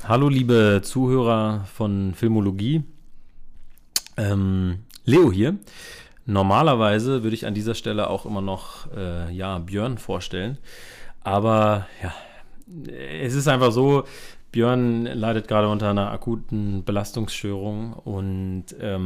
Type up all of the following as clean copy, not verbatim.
Hallo liebe Zuhörer von Filmologie, Leo hier. Normalerweise würde ich an dieser Stelle auch immer noch Björn vorstellen, aber ja, es ist einfach so, Björn leidet gerade unter einer akuten Belastungsstörung und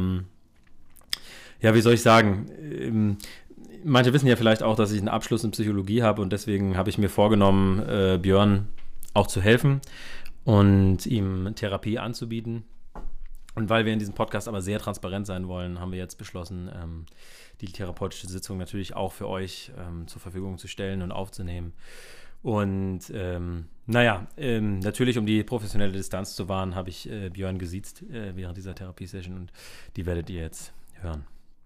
wie soll ich sagen, manche wissen ja vielleicht auch, dass ich einen Abschluss in Psychologie habe und deswegen habe ich mir vorgenommen, Björn auch zu helfen und ihm Therapie anzubieten. Und weil wir in diesem Podcast aber sehr transparent sein wollen, haben wir jetzt beschlossen, die therapeutische Sitzung natürlich auch für euch zur Verfügung zu stellen und aufzunehmen. Und natürlich, um die professionelle Distanz zu wahren, habe ich Björn gesiezt während dieser Therapiesession und die werdet ihr jetzt hören.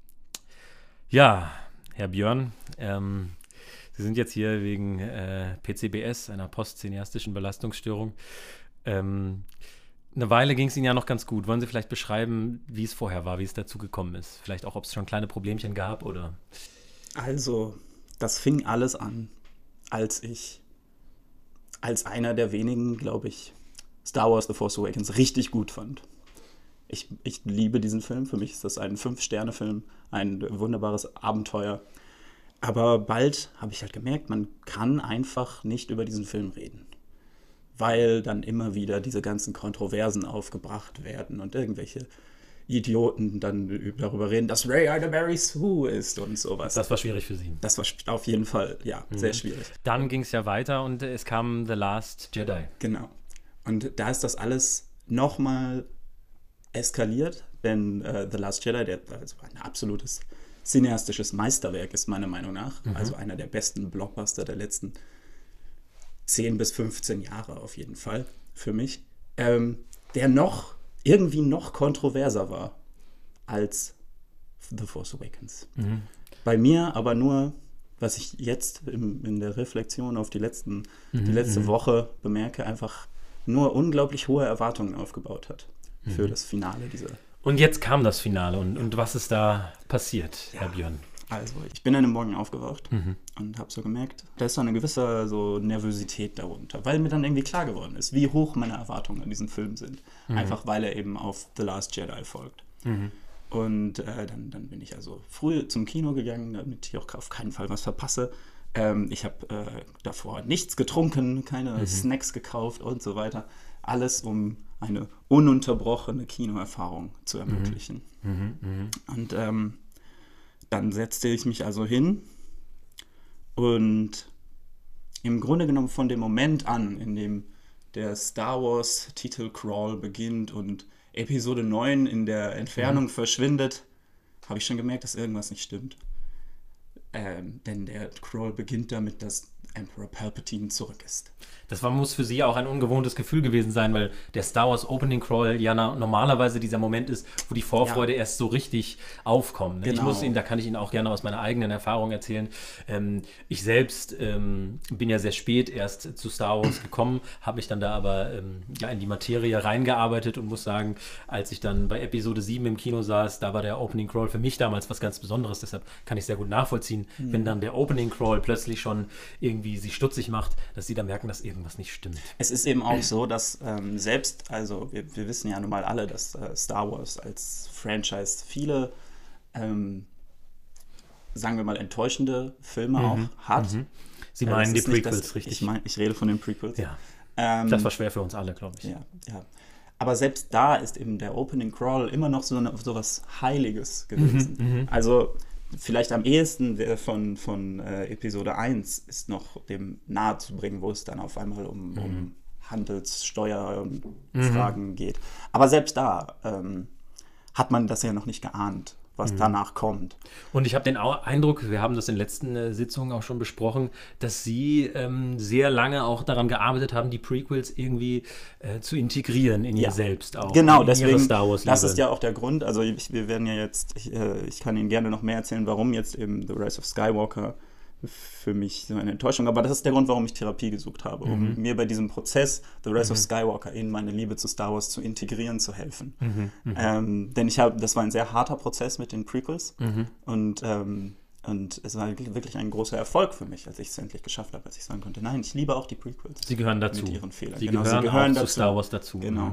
Ja, Herr Björn, Sie sind jetzt hier wegen PCBS, einer postcineastischen Belastungsstörung. Eine Weile ging es Ihnen ja noch ganz gut. Wollen Sie vielleicht beschreiben, wie es vorher war, wie es dazu gekommen ist? Vielleicht auch, ob es schon kleine Problemchen gab, oder? Also, das fing alles an, als ich als einer der wenigen, glaube ich, Star Wars The Force Awakens richtig gut fand. Ich liebe diesen Film. Für mich ist das ein 5-Sterne-Film, ein wunderbares Abenteuer. Aber bald habe ich halt gemerkt, man kann einfach nicht über diesen Film reden. Weil dann immer wieder diese ganzen Kontroversen aufgebracht werden und irgendwelche Idioten dann darüber reden, dass Rey eine Mary Sue ist und sowas. Das war schwierig für Sie. Das war auf jeden Fall, sehr schwierig. Dann ging es ja weiter und es kam The Last Jedi. Genau. Und da ist das alles nochmal eskaliert, denn The Last Jedi, der also ein absolutes cineastisches Meisterwerk ist, meiner Meinung nach. Also einer der besten Blockbuster der letzten 10 bis 15 Jahre auf jeden Fall für mich, der irgendwie noch kontroverser war als The Force Awakens. Bei mir aber nur, was ich jetzt in der Reflexion auf die letzte Woche bemerke, einfach nur unglaublich hohe Erwartungen aufgebaut hat für das Finale dieser. Und jetzt kam das Finale und was ist da passiert, Herr Björn? Also, ich bin dann Morgen aufgewacht und habe so gemerkt, da ist so eine gewisse Nervosität darunter, weil mir dann irgendwie klar geworden ist, wie hoch meine Erwartungen an diesen Film sind. Einfach weil er eben auf The Last Jedi folgt. Und dann bin ich also früh zum Kino gegangen, damit ich auch auf keinen Fall was verpasse. Ich habe davor nichts getrunken, keine Snacks gekauft und so weiter. Alles, um eine ununterbrochene Kinoerfahrung zu ermöglichen. Und dann setzte ich mich also hin und im Grunde genommen von dem Moment an, in dem der Star Wars Titelcrawl beginnt und Episode 9 in der Entfernung verschwindet, habe ich schon gemerkt, dass irgendwas nicht stimmt. Denn der Crawl beginnt damit, dass Emperor Palpatine zurück ist. Das muss für Sie auch ein ungewohntes Gefühl gewesen sein, weil der Star Wars Opening Crawl normalerweise dieser Moment ist, wo die Vorfreude erst so richtig aufkommt. Genau. Da kann ich Ihnen auch gerne aus meiner eigenen Erfahrung erzählen. Ich selbst bin ja sehr spät erst zu Star Wars gekommen, habe mich dann da aber in die Materie reingearbeitet und muss sagen, als ich dann bei Episode 7 im Kino saß, da war der Opening Crawl für mich damals was ganz Besonderes, deshalb kann ich sehr gut nachvollziehen, wenn dann der Opening Crawl plötzlich schon irgendwie sie stutzig macht, dass sie dann merken, dass irgendwas nicht stimmt. Es ist eben auch so, dass wir wissen ja nun mal alle, dass Star Wars als Franchise viele, sagen wir mal, enttäuschende Filme auch hat. Sie meinen die Prequels, richtig? Ich rede von den Prequels. Ja. Das war schwer für uns alle, glaube ich. Ja. Aber selbst da ist eben der Opening Crawl immer noch so was Heiliges gewesen. Also vielleicht am ehesten von Episode 1 ist noch dem nahe zu bringen, wo es dann auf einmal um Handelssteuerfragen geht. Aber selbst da hat man das ja noch nicht geahnt, was danach kommt. Und ich habe den Eindruck, wir haben das in letzten Sitzungen auch schon besprochen, dass Sie sehr lange auch daran gearbeitet haben, die Prequels irgendwie zu integrieren in ihr selbst auch. Genau, in deswegen, Star Wars-Liebe. Das ist ja auch der Grund, also wir werden ja jetzt, ich kann Ihnen gerne noch mehr erzählen, warum jetzt eben The Rise of Skywalker für mich so eine Enttäuschung, aber das ist der Grund, warum ich Therapie gesucht habe, um mir bei diesem Prozess The Rise of Skywalker in meine Liebe zu Star Wars zu integrieren, zu helfen. Denn das war ein sehr harter Prozess mit den Prequels und Und es war wirklich ein großer Erfolg für mich, als ich es endlich geschafft habe, als ich sagen konnte, nein, ich liebe auch die Prequels. Sie gehören dazu. Mit ihren Fehlern. Sie gehören auch zu Star Wars dazu. Genau.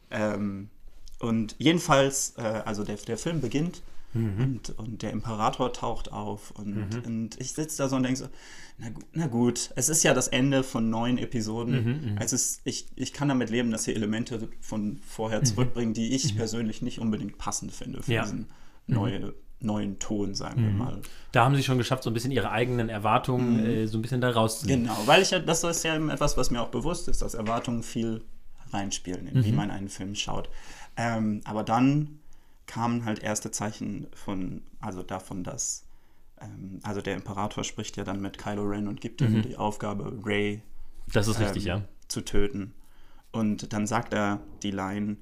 Und jedenfalls, also der Film beginnt und der Imperator taucht auf und ich sitze da so und denke so, na gut, es ist ja das Ende von 9 Episoden. Ich kann damit leben, dass sie Elemente von vorher zurückbringen, die ich persönlich nicht unbedingt passend finde für diesen neuen Ton, sagen wir mal. Da haben sie schon geschafft, so ein bisschen ihre eigenen Erwartungen so ein bisschen da rauszunehmen. Genau, weil das ist ja etwas, was mir auch bewusst ist, dass Erwartungen viel reinspielen, in wie man einen Film schaut. Aber dann kamen halt erste Zeichen davon, dass also der Imperator spricht ja dann mit Kylo Ren und gibt ihm die Aufgabe, Rey das ist richtig, zu töten. Und dann sagt er die Line,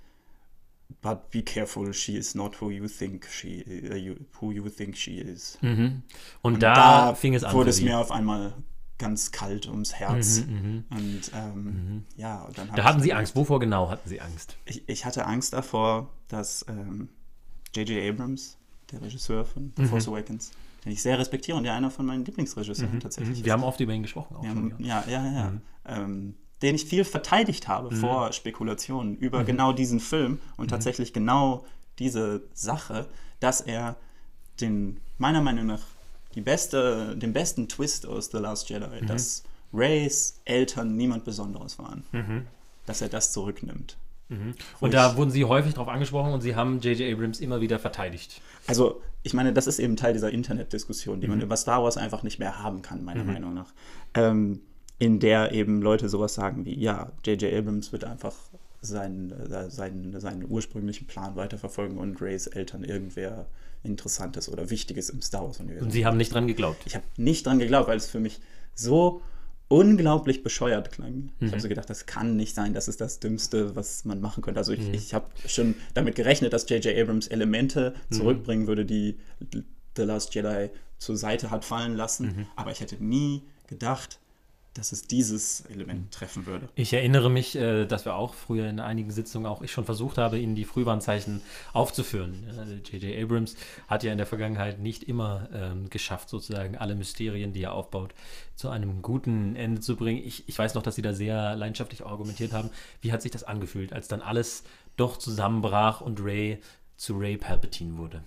"But be careful, she is not who you think she is." Und da fing es an. Wurde es mir auf einmal ganz kalt ums Herz. Und ja, und dann da hatten Sie Angst. Wovor genau hatten Sie Angst? Ich hatte Angst davor, dass J.J. Abrams, der Regisseur von The Force Awakens, den ich sehr respektiere und der einer von meinen Lieblingsregisseuren tatsächlich ist. Wir haben oft über ihn gesprochen. Auch schon, den ich viel verteidigt habe vor Spekulationen über genau diesen Film und tatsächlich genau diese Sache, dass er meiner Meinung nach den besten Twist aus The Last Jedi, dass Reys Eltern niemand Besonderes waren, dass er das zurücknimmt. Und da wurden Sie häufig drauf angesprochen und Sie haben J.J. Abrams immer wieder verteidigt. Also, ich meine, das ist eben Teil dieser Internetdiskussion, die man über Star Wars einfach nicht mehr haben kann, meiner Meinung nach. In der eben Leute sowas sagen wie, ja, J.J. Abrams wird einfach seinen ursprünglichen Plan weiterverfolgen und Reys Eltern irgendwer Interessantes oder Wichtiges im Star Wars-Universum. Und Sie haben nicht dran geglaubt? Ich habe nicht dran geglaubt, weil es für mich so unglaublich bescheuert klang. Ich habe so gedacht, das kann nicht sein, das ist das Dümmste, was man machen könnte. Also ich habe schon damit gerechnet, dass J.J. Abrams Elemente zurückbringen würde, die The Last Jedi zur Seite hat fallen lassen, aber ich hätte nie gedacht, dass es dieses Element treffen würde. Ich erinnere mich, dass wir auch früher in einigen Sitzungen auch ich schon versucht habe, Ihnen die Frühwarnzeichen aufzuführen. J.J. Abrams hat ja in der Vergangenheit nicht immer geschafft, sozusagen alle Mysterien, die er aufbaut, zu einem guten Ende zu bringen. Ich weiß noch, dass Sie da sehr leidenschaftlich argumentiert haben. Wie hat sich das angefühlt, als dann alles doch zusammenbrach und Rey zu Rey Palpatine wurde?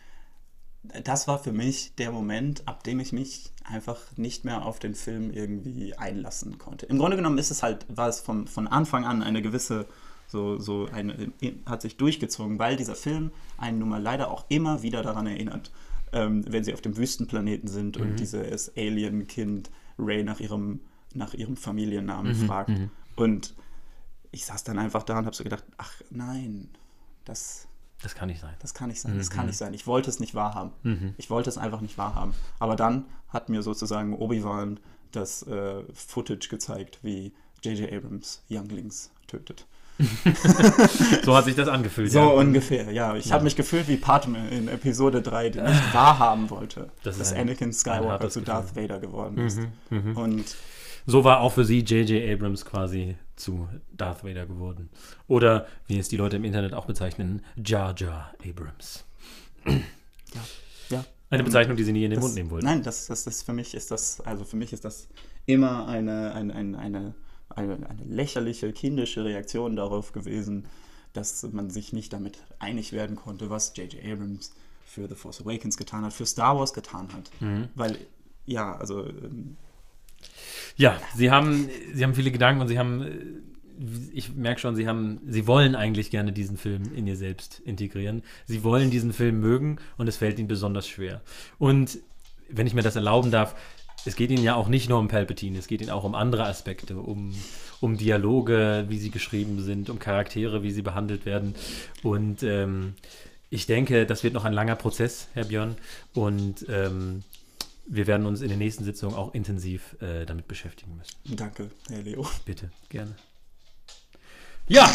Das war für mich der Moment, ab dem ich mich einfach nicht mehr auf den Film irgendwie einlassen konnte. Im Grunde genommen war es von Anfang an eine gewisse, hat sich durchgezogen, weil dieser Film einen nun mal leider auch immer wieder daran erinnert, wenn sie auf dem Wüstenplaneten sind und dieses Alien-Kind Rey nach ihrem Familiennamen fragt. Und ich saß dann einfach da und habe so gedacht, ach nein, das kann nicht sein. Das kann nicht sein. Ich wollte es nicht wahrhaben. Ich wollte es einfach nicht wahrhaben. Aber dann hat mir sozusagen Obi-Wan das Footage gezeigt, wie J.J. Abrams Younglings tötet. So hat sich das angefühlt. So ungefähr, ja. Ich habe mich gefühlt wie Padme in Episode 3, die nicht wahrhaben wollte, dass Anakin Skywalker zu Darth Vader geworden ist. Und so war auch für Sie J.J. Abrams quasi zu Darth Vader geworden. Oder, wie es die Leute im Internet auch bezeichnen, Jar Jar Abrams. Ja. Eine Bezeichnung, die Sie nie in den Mund nehmen wollten. Nein, für mich ist das immer eine lächerliche, kindische Reaktion darauf gewesen, dass man sich nicht damit einig werden konnte, was J.J. Abrams für The Force Awakens getan hat, für Star Wars getan hat. Weil, ja, also ja, Sie haben viele Gedanken und ich merke schon, Sie wollen eigentlich gerne diesen Film in ihr selbst integrieren. Sie wollen diesen Film mögen und es fällt Ihnen besonders schwer. Und wenn ich mir das erlauben darf, es geht Ihnen ja auch nicht nur um Palpatine, es geht Ihnen auch um andere Aspekte, um Dialoge, wie sie geschrieben sind, um Charaktere, wie sie behandelt werden. Und ich denke, das wird noch ein langer Prozess, Herr Björn. Und wir werden uns in den nächsten Sitzungen auch intensiv damit beschäftigen müssen. Danke, Herr Leo. Bitte, gerne. Ja,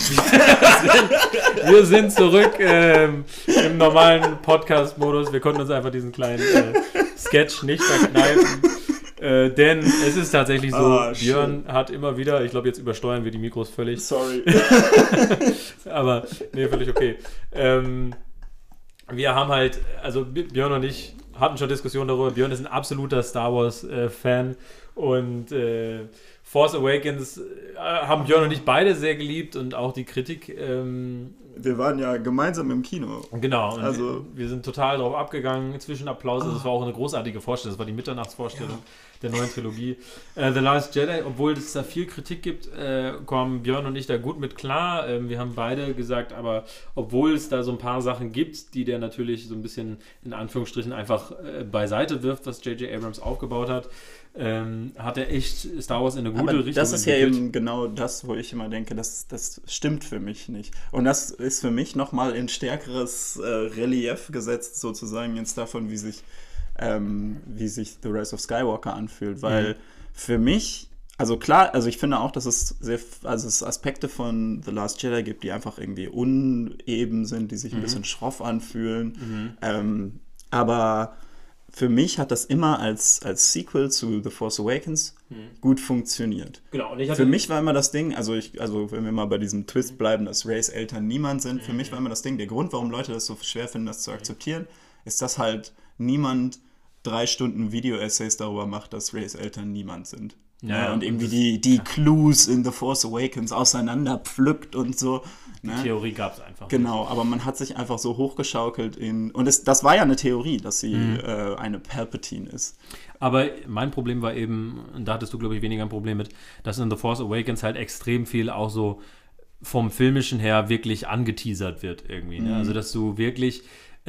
wir sind zurück im normalen Podcast-Modus. Wir konnten uns einfach diesen kleinen Sketch nicht verkneifen. Denn es ist tatsächlich so, Björn hat immer wieder, ich glaube, jetzt übersteuern wir die Mikros völlig. Sorry. Aber, nee, völlig okay. Wir haben halt, also Björn und ich hatten schon Diskussionen darüber. Björn ist ein absoluter Star Wars-Fan und Force Awakens haben Björn und ich beide sehr geliebt und auch die Kritik. Wir waren ja gemeinsam im Kino. Genau, und also wir sind total drauf abgegangen, zwischen Applaus. Das war auch eine großartige Vorstellung. Das war die Mitternachtsvorstellung der neuen Trilogie. The Last Jedi, obwohl es da viel Kritik gibt, kommen Björn und ich da gut mit klar. Wir haben beide gesagt, aber obwohl es da so ein paar Sachen gibt, die der natürlich so ein bisschen in Anführungsstrichen einfach beiseite wirft, was J.J. Abrams aufgebaut hat, hat er echt Star Wars in eine gute Richtung das ist entwickelt. Ja eben genau das, wo ich immer denke, das stimmt für mich nicht. Und das ist für mich nochmal in stärkeres Relief gesetzt, sozusagen jetzt davon, wie sich The Rise of Skywalker anfühlt. Weil für mich, also klar, also ich finde auch, dass es Aspekte von The Last Jedi gibt, die einfach irgendwie uneben sind, die sich ein bisschen schroff anfühlen. Aber für mich hat das immer als Sequel zu The Force Awakens gut funktioniert. Genau, und für mich war immer das Ding, also wenn wir mal bei diesem Twist bleiben, dass Reys Eltern niemand sind, für mich war immer das Ding, der Grund, warum Leute das so schwer finden, das zu akzeptieren, ist, dass halt niemand 3 Stunden Video-Essays darüber macht, dass Reys Eltern niemand sind. Ja, und irgendwie die Clues in The Force Awakens auseinander pflückt und so. Die Theorie gab es einfach. Genau, nicht. Aber man hat sich einfach so hochgeschaukelt und das war ja eine Theorie, dass sie eine Palpatine ist. Aber mein Problem war eben, und da hattest du, glaube ich, weniger ein Problem mit, dass in The Force Awakens halt extrem viel auch so vom Filmischen her wirklich angeteasert wird irgendwie. Ne? Also, dass du wirklich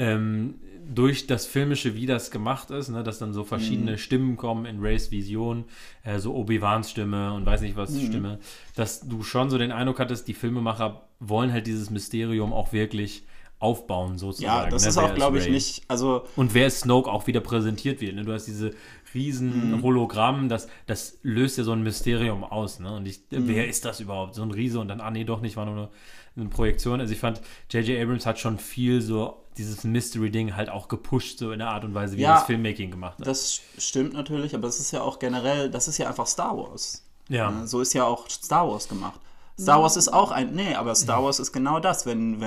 durch das Filmische, wie das gemacht ist, ne, dass dann so verschiedene Stimmen kommen in Reys Vision, so Obi-Wans Stimme und weiß nicht was Stimme, dass du schon so den Eindruck hattest, die Filmemacher wollen halt dieses Mysterium auch wirklich aufbauen, sozusagen. Ja, das ist auch, glaube ich, nicht, also... Und wer ist Snoke auch wieder präsentiert wird, ne? Du hast diese riesen Hologramm, das löst ja so ein Mysterium aus, ne? Und wer ist das überhaupt? So ein Riese und dann, nee, doch nicht, war nur eine Projektion. Also ich fand, J.J. Abrams hat schon viel so dieses Mystery-Ding halt auch gepusht, so in der Art und Weise, wie er das Filmmaking gemacht hat. Das stimmt natürlich, aber es ist ja auch generell, das ist ja einfach Star Wars. Ja. So ist ja auch Star Wars gemacht. Star Wars ist auch aber Star Wars ist genau das,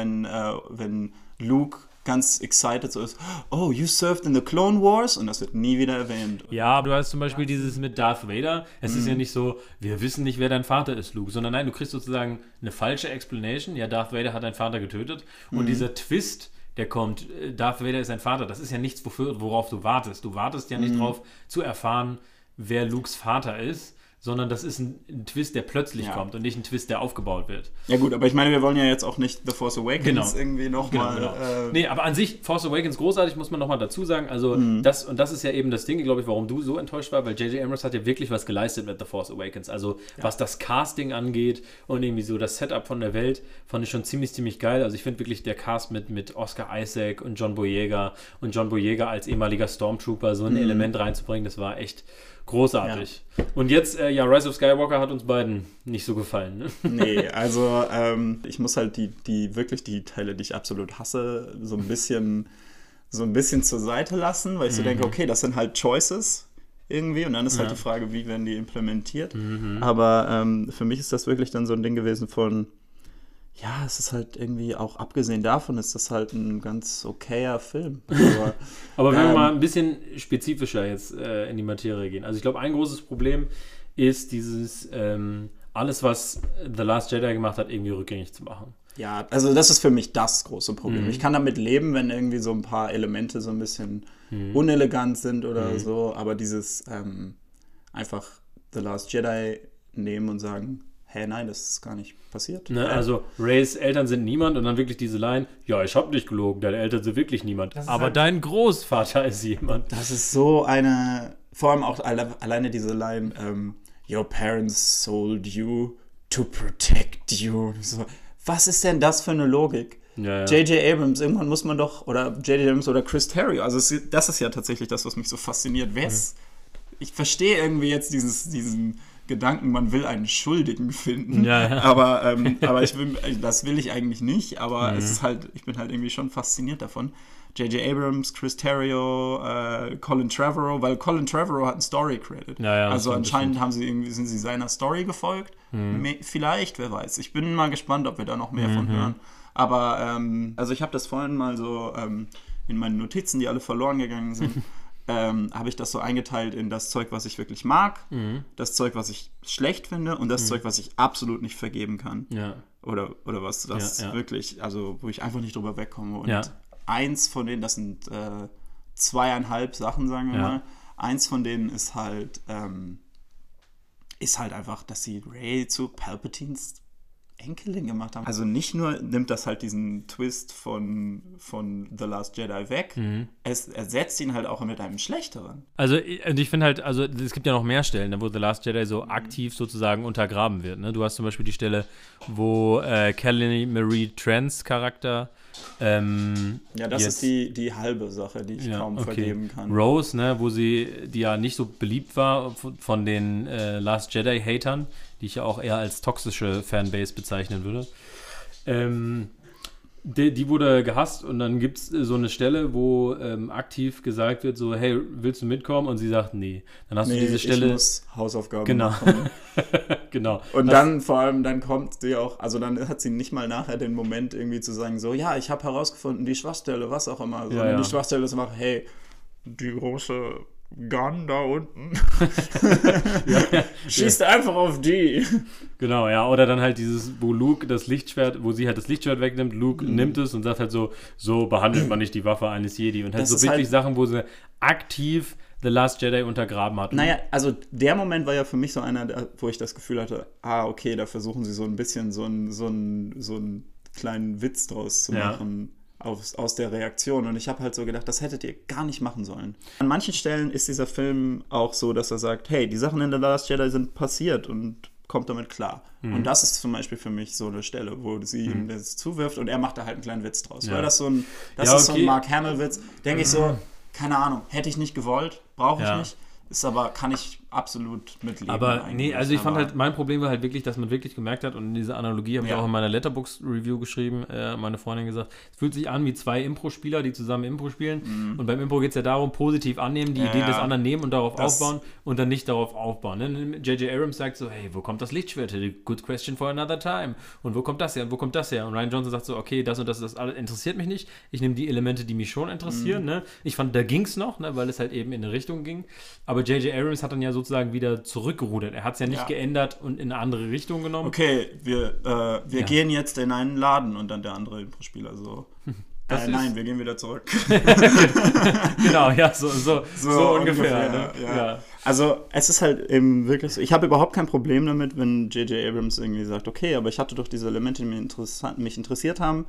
wenn Luke ganz excited so ist, oh, you served in the Clone Wars, und das wird nie wieder erwähnt. Ja, aber du hast zum Beispiel dieses mit Darth Vader, es ist ja nicht so, wir wissen nicht, wer dein Vater ist, Luke, sondern nein, du kriegst sozusagen eine falsche Explanation, ja, Darth Vader hat deinen Vater getötet, und dieser Twist, der kommt, Darth Vader ist dein Vater, das ist ja nichts, worauf du wartest. Du wartest ja nicht drauf, zu erfahren, wer Lukes Vater ist, sondern das ist ein Twist, der plötzlich kommt und nicht ein Twist, der aufgebaut wird. Ja gut, aber ich meine, wir wollen ja jetzt auch nicht The Force Awakens irgendwie nochmal... Genau. Nee, aber an sich, Force Awakens großartig, muss man nochmal dazu sagen. Also das ist ja eben das Ding, glaube ich, warum du so enttäuscht warst, weil J.J. Abrams hat ja wirklich was geleistet mit The Force Awakens. Also was das Casting angeht und irgendwie so das Setup von der Welt, fand ich schon ziemlich, ziemlich geil. Also ich finde wirklich der Cast mit Oscar Isaac und John Boyega als ehemaliger Stormtrooper so ein Element reinzubringen, das war echt großartig. Ja. Und jetzt, Rise of Skywalker hat uns beiden nicht so gefallen. Ne? Nee, also ich muss halt die Teile, die ich absolut hasse, so ein bisschen zur Seite lassen, weil ich so denke, okay, das sind halt Choices irgendwie, und dann ist halt die Frage, wie werden die implementiert. Aber für mich ist das wirklich dann so ein Ding gewesen von, ja, es ist halt irgendwie, auch abgesehen davon, ist das halt ein ganz okayer Film. Aber wenn wir mal ein bisschen spezifischer jetzt in die Materie gehen. Also ich glaube, ein großes Problem ist dieses, alles, was The Last Jedi gemacht hat, irgendwie rückgängig zu machen. Ja, also das ist für mich das große Problem. Ich kann damit leben, wenn irgendwie so ein paar Elemente so ein bisschen unelegant sind oder so, aber dieses einfach The Last Jedi nehmen und sagen, hey, nein, das ist gar nicht passiert. Ne, also Reys Eltern sind niemand und dann wirklich diese Line, ja, ich hab nicht gelogen, deine Eltern sind wirklich niemand, aber halt dein Großvater ist jemand. Das ist so eine, vor allem auch alleine diese Line, your parents sold you to protect you. So, was ist denn das für eine Logik? J.J. Abrams, irgendwann muss man doch, oder J.J. Abrams oder Chris Terrio, also das ist ja tatsächlich das, was mich so fasziniert. Ich verstehe irgendwie jetzt diesen Gedanken, man will einen Schuldigen finden, aber das will ich eigentlich nicht, aber es ist halt, ich bin halt irgendwie schon fasziniert davon. J.J. Abrams, Chris Terrio, Colin Trevorrow, weil Colin Trevorrow hat einen Story-Credit. Also anscheinend sind sie seiner Story gefolgt. Vielleicht, wer weiß. Ich bin mal gespannt, ob wir da noch mehr von hören. Aber also ich habe das vorhin mal so in meinen Notizen, die alle verloren gegangen sind, habe ich das so eingeteilt in das Zeug, was ich wirklich mag, das Zeug, was ich schlecht finde und das Zeug, was ich absolut nicht vergeben kann. Ja. Oder was das wirklich, also wo ich einfach nicht drüber wegkomme. Und eins von denen, das sind 2,5 Sachen, sagen wir mal. Eins von denen ist halt einfach, dass sie Rey zu Palpatines Enkelin gemacht haben. Also nicht nur nimmt das halt diesen Twist von The Last Jedi weg, es ersetzt ihn halt auch mit einem schlechteren. Also ich finde halt, also es gibt ja noch mehr Stellen, wo The Last Jedi so aktiv sozusagen untergraben wird. Ne? Du hast zum Beispiel die Stelle, wo Kelly Marie Trents Charakter das ist die halbe Sache, die ich kaum vergeben kann. Rose, ne, die ja nicht so beliebt war von den Last Jedi-Hatern, die ich ja auch eher als toxische Fanbase bezeichnen würde. Die wurde gehasst und dann gibt es so eine Stelle, wo aktiv gesagt wird, so, hey, willst du mitkommen? Und sie sagt, nee. Dann hast du diese Stelle. Ich muss Hausaufgaben machen. Genau. Und dann vor allem, dann kommt sie auch, also dann hat sie nicht mal nachher den Moment irgendwie zu sagen, so, ja, ich habe herausgefunden, die Schwachstelle, was auch immer. Sondern die Schwachstelle ist einfach, hey, die große Gun da unten. Schießt einfach auf die. Genau, ja. Oder dann halt dieses, wo Luke das Lichtschwert, wo sie halt das Lichtschwert wegnimmt, Luke nimmt es und sagt halt so behandelt man nicht die Waffe eines Jedi. Und halt das so wirklich halt Sachen, wo sie aktiv The Last Jedi untergraben hat. Naja, also der Moment war ja für mich so einer, wo ich das Gefühl hatte, okay, da versuchen sie so ein bisschen so einen kleinen Witz draus zu machen. Aus der Reaktion. Und ich habe halt so gedacht, das hättet ihr gar nicht machen sollen. An manchen Stellen ist dieser Film auch so, dass er sagt, hey, die Sachen in The Last Jedi sind passiert und kommt damit klar. Und das ist zum Beispiel für mich so eine Stelle, wo sie ihm das zuwirft und er macht da halt einen kleinen Witz draus. Weil das so ein Mark Hamill-Witz. Denke ich so, keine Ahnung, hätte ich nicht gewollt, brauche ich nicht. Ist aber, kann ich absolut mitleben. Aber nee, also ich fand halt, mein Problem war halt wirklich, dass man wirklich gemerkt hat, und in dieser Analogie habe ich auch in meiner Letterboxd-Review geschrieben, meine Freundin gesagt, es fühlt sich an wie zwei Impro-Spieler, die zusammen Impro spielen. Und beim Impro geht es ja darum, positiv annehmen, die Idee des anderen nehmen und darauf aufbauen und dann nicht darauf aufbauen. Ne? J.J. Abrams sagt so, hey, wo kommt das Lichtschwert her? Good question for another time. Und wo kommt das her? Und wo kommt das her? Und Rian Johnson sagt so, okay, das und das alles interessiert mich nicht. Ich nehme die Elemente, die mich schon interessieren. Ne? Ich fand, da ging es noch, ne? Weil es halt eben in eine Richtung ging. Aber J.J. Abrams hat dann ja sozusagen wieder zurückgerudert. Er hat es ja nicht geändert und in eine andere Richtung genommen. Okay, wir gehen jetzt in einen Laden und dann der andere Impro-Spieler so. Nein, wir gehen wieder zurück. Genau, ja, so ungefähr. Ne? Ja. Also es ist halt eben wirklich so, ich habe überhaupt kein Problem damit, wenn J.J. Abrams irgendwie sagt, okay, aber ich hatte doch diese Elemente, die mich interessiert haben.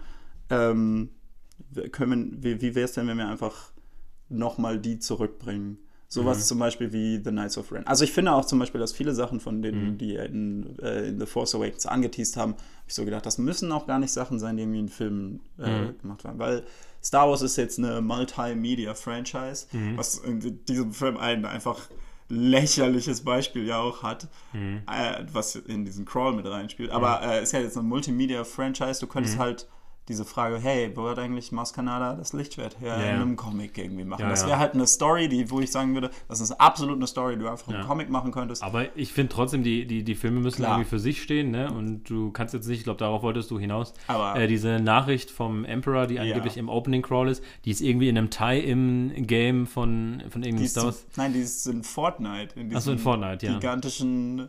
Wie wäre es denn, wenn wir einfach nochmal die zurückbringen? Sowas zum Beispiel wie The Knights of Ren. Also ich finde auch zum Beispiel, dass viele Sachen von denen, die in The Force Awakens angeteased haben, habe ich so gedacht, das müssen auch gar nicht Sachen sein, die irgendwie in Filmen gemacht werden. Weil Star Wars ist jetzt eine Multimedia-Franchise, was in diesem Film ein einfach lächerliches Beispiel ja auch hat, was in diesen Crawl mit reinspielt. Aber es ist ja jetzt eine Multimedia-Franchise, du könntest halt diese Frage, hey, wo hat eigentlich Maz Kanata das Lichtschwert her in einem Comic irgendwie machen? Das wäre halt eine Story, wo ich sagen würde, das ist absolut eine Story, die du einfach im Comic machen könntest. Aber ich finde trotzdem, die Filme müssen irgendwie für sich stehen, ne? Und du kannst jetzt nicht, ich glaube, darauf wolltest du hinaus, aber diese Nachricht vom Emperor, die angeblich im Opening Crawl ist, die ist irgendwie in einem Tie im Game von irgendeinem Star Wars. Nein, die ist in Fortnite. In in Fortnite, gigantischen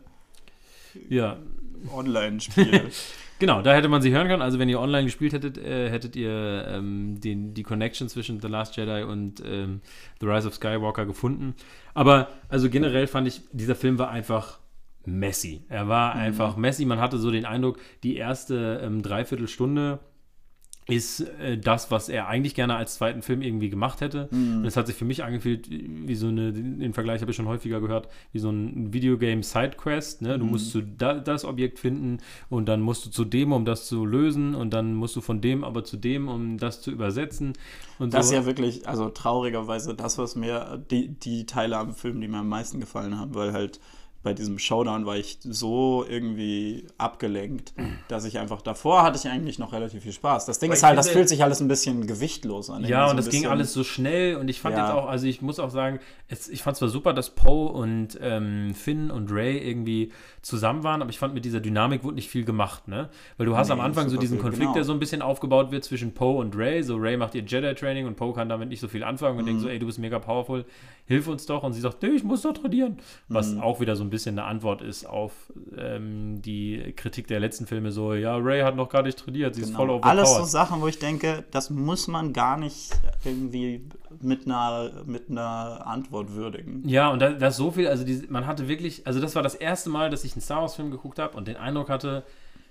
Online-Spiel. Genau, da hätte man sie hören können. Also wenn ihr online gespielt hättet, hättet ihr die Connection zwischen The Last Jedi und The Rise of Skywalker gefunden. Aber also generell fand ich, dieser Film war einfach messy. Er war einfach messy. Man hatte so den Eindruck, die erste Dreiviertelstunde ist das, was er eigentlich gerne als zweiten Film irgendwie gemacht hätte. Und es hat sich für mich angefühlt, wie so den Vergleich habe ich schon häufiger gehört, wie so ein Videogame-Sidequest. Ne? Du musst das Objekt finden und dann musst du zu dem, um das zu lösen und dann musst du von dem aber zu dem, um das zu übersetzen. Und das ist ja wirklich, also traurigerweise das, was mir, die Teile am Film, die mir am meisten gefallen haben, weil halt bei diesem Showdown war ich so irgendwie abgelenkt, dass ich einfach, davor hatte ich eigentlich noch relativ viel Spaß. Das Ding ist halt, das fühlt sich alles ein bisschen gewichtlos an. Ja, so und das ging alles so schnell und ich fand jetzt auch, also ich muss auch sagen, ich fand zwar super, dass Poe und Finn und Rey irgendwie zusammen waren, aber ich fand, mit dieser Dynamik wurde nicht viel gemacht, ne? Weil du hast am Anfang so diesen Konflikt, der so ein bisschen aufgebaut wird zwischen Poe und Rey. So Rey macht ihr Jedi-Training und Poe kann damit nicht so viel anfangen und denkt so, ey, du bist mega powerful, hilf uns doch. Und sie sagt, nee, ich muss doch trainieren. Was auch wieder so ein bisschen eine Antwort ist auf die Kritik der letzten Filme, so, ja, Rey hat noch gar nicht trainiert, sie ist voll overpowered. Alles so Sachen, wo ich denke, das muss man gar nicht irgendwie mit einer Antwort würdigen. Ja, und da ist so viel, also man hatte wirklich, also das war das erste Mal, dass ich einen Star Wars-Film geguckt habe und den Eindruck hatte,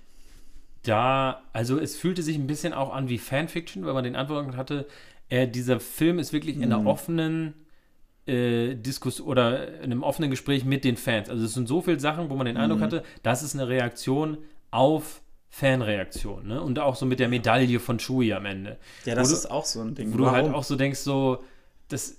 also es fühlte sich ein bisschen auch an wie Fanfiction, weil man den Eindruck hatte, dieser Film ist wirklich in einer offenen Diskussion oder in einem offenen Gespräch mit den Fans. Also es sind so viele Sachen, wo man den Eindruck hatte, das ist eine Reaktion auf Fanreaktion, ne? Und auch so mit der Medaille von Chewie am Ende. Ja, das ist auch so ein Ding. Wo du halt auch so denkst, so, das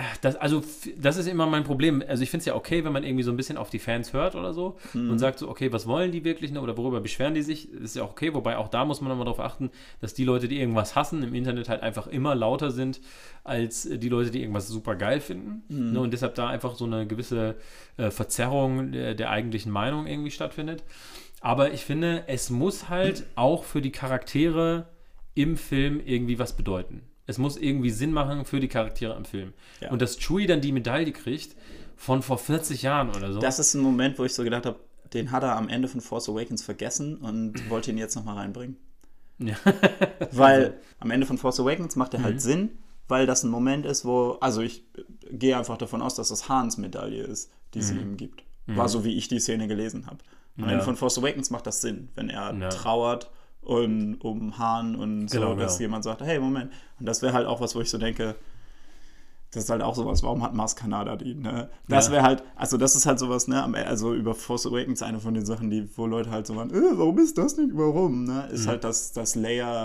ist immer mein Problem. Also ich finde es ja okay, wenn man irgendwie so ein bisschen auf die Fans hört oder so und sagt so, okay, was wollen die wirklich, ne? Oder worüber beschweren die sich? Das ist ja auch okay, wobei auch da muss man nochmal darauf achten, dass die Leute, die irgendwas hassen, im Internet halt einfach immer lauter sind als die Leute, die irgendwas super geil finden. Ne? Und deshalb da einfach so eine gewisse Verzerrung der eigentlichen Meinung irgendwie stattfindet. Aber ich finde, es muss halt auch für die Charaktere im Film irgendwie was bedeuten. Es muss irgendwie Sinn machen für die Charaktere im Film. Ja. Und dass Chewie dann die Medaille kriegt von vor 40 Jahren oder so. Das ist ein Moment, wo ich so gedacht habe, den hat er am Ende von Force Awakens vergessen und wollte ihn jetzt nochmal reinbringen. Ja. Weil am Ende von Force Awakens macht er halt Sinn, weil das ein Moment ist, wo, also ich gehe einfach davon aus, dass das Hans Medaille ist, die sie ihm gibt. War so, wie ich die Szene gelesen habe. Am Ende von Force Awakens macht das Sinn, wenn er trauert und um Han und so, dass jemand sagt, hey, Moment. Und das wäre halt auch was, wo ich so denke, das ist halt auch sowas, warum hat Maz Kanata die, ne? Das wäre halt, also das ist halt sowas, ne? Also über Force Awakens eine von den Sachen, wo Leute halt so waren, warum ist das nicht, warum, ne? Ist halt, dass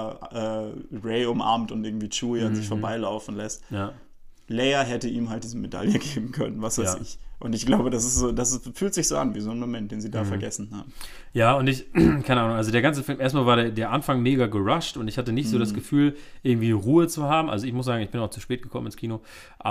Leia Rey umarmt und irgendwie Chewie an sich vorbeilaufen lässt. Ja. Leia hätte ihm halt diese Medaille geben können, was weiß ich. Und ich glaube, das fühlt sich so an, wie so ein Moment, den sie da vergessen haben. Ja, und keine Ahnung, also der ganze Film, erstmal war der Anfang mega gerusht und ich hatte nicht so das Gefühl, irgendwie Ruhe zu haben. Also ich muss sagen, ich bin auch zu spät gekommen ins Kino,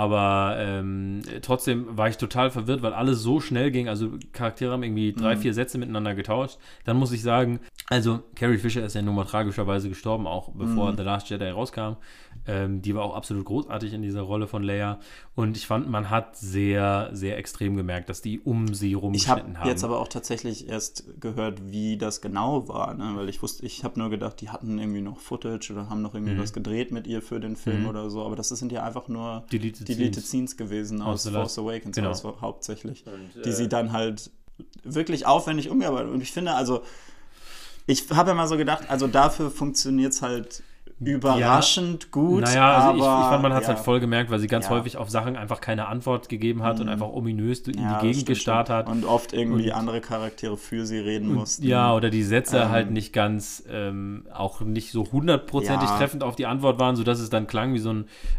aber trotzdem war ich total verwirrt, weil alles so schnell ging. Also Charaktere haben irgendwie 3-4 Sätze miteinander getauscht. Dann muss ich sagen, also Carrie Fisher ist ja nun mal tragischerweise gestorben, auch bevor The Last Jedi rauskam. Die war auch absolut großartig in dieser Rolle von Leia. Und ich fand, man hat sehr, sehr extrem gemerkt, dass die um sie rumgeschnitten haben. Ich habe jetzt aber auch tatsächlich erst gehört, wie das genau war, ne? Weil ich habe nur gedacht, die hatten irgendwie noch Footage oder haben noch irgendwie was gedreht mit ihr für den Film oder so. Aber das sind ja einfach nur Deleted Scenes gewesen aus Force Awakens, hauptsächlich. Und, die sie dann halt wirklich aufwendig umgearbeitet. Und ich finde, also ich habe ja mal so gedacht, also dafür funktioniert es halt überraschend gut. Naja, also ich fand, man hat es halt voll gemerkt, weil sie ganz häufig auf Sachen einfach keine Antwort gegeben hat und einfach ominös in die Gegend gestarrt hat. Und oft irgendwie andere Charaktere für sie reden mussten. Ja, oder die Sätze halt nicht ganz, auch nicht so 100%ig treffend auf die Antwort waren, sodass es dann klang wie so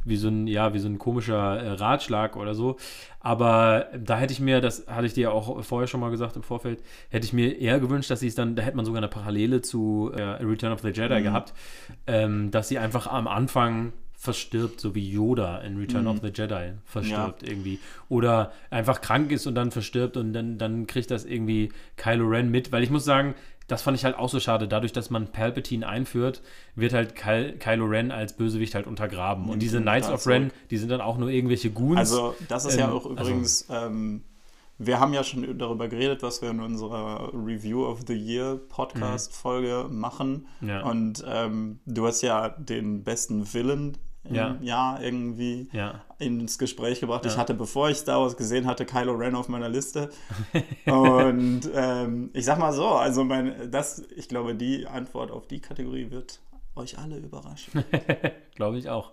ein komischer Ratschlag oder so. Aber da hätte ich mir, das hatte ich dir ja auch vorher schon mal gesagt im Vorfeld, hätte ich mir eher gewünscht, dass sie es dann, da hätte man sogar eine Parallele zu Return of the Jedi gehabt, dass sie einfach am Anfang verstirbt, so wie Yoda in Return of the Jedi verstirbt irgendwie. Oder einfach krank ist und dann verstirbt und dann kriegt das irgendwie Kylo Ren mit. Weil ich muss sagen, das fand ich halt auch so schade. Dadurch, dass man Palpatine einführt, wird halt Kylo Ren als Bösewicht halt untergraben. Und diese Knights of Ren, die sind dann auch nur irgendwelche Goons. Also das ist ja auch übrigens, wir haben ja schon darüber geredet, was wir in unserer Review of the Year Podcast-Folge machen. Ja. Und du hast ja den besten Villain im Jahr irgendwie ins Gespräch gebracht. Ja. Ich hatte, bevor ich Star Wars gesehen hatte, Kylo Ren auf meiner Liste. Und ich sag mal so, also ich glaube, die Antwort auf die Kategorie wird euch alle überraschen. Glaube ich auch.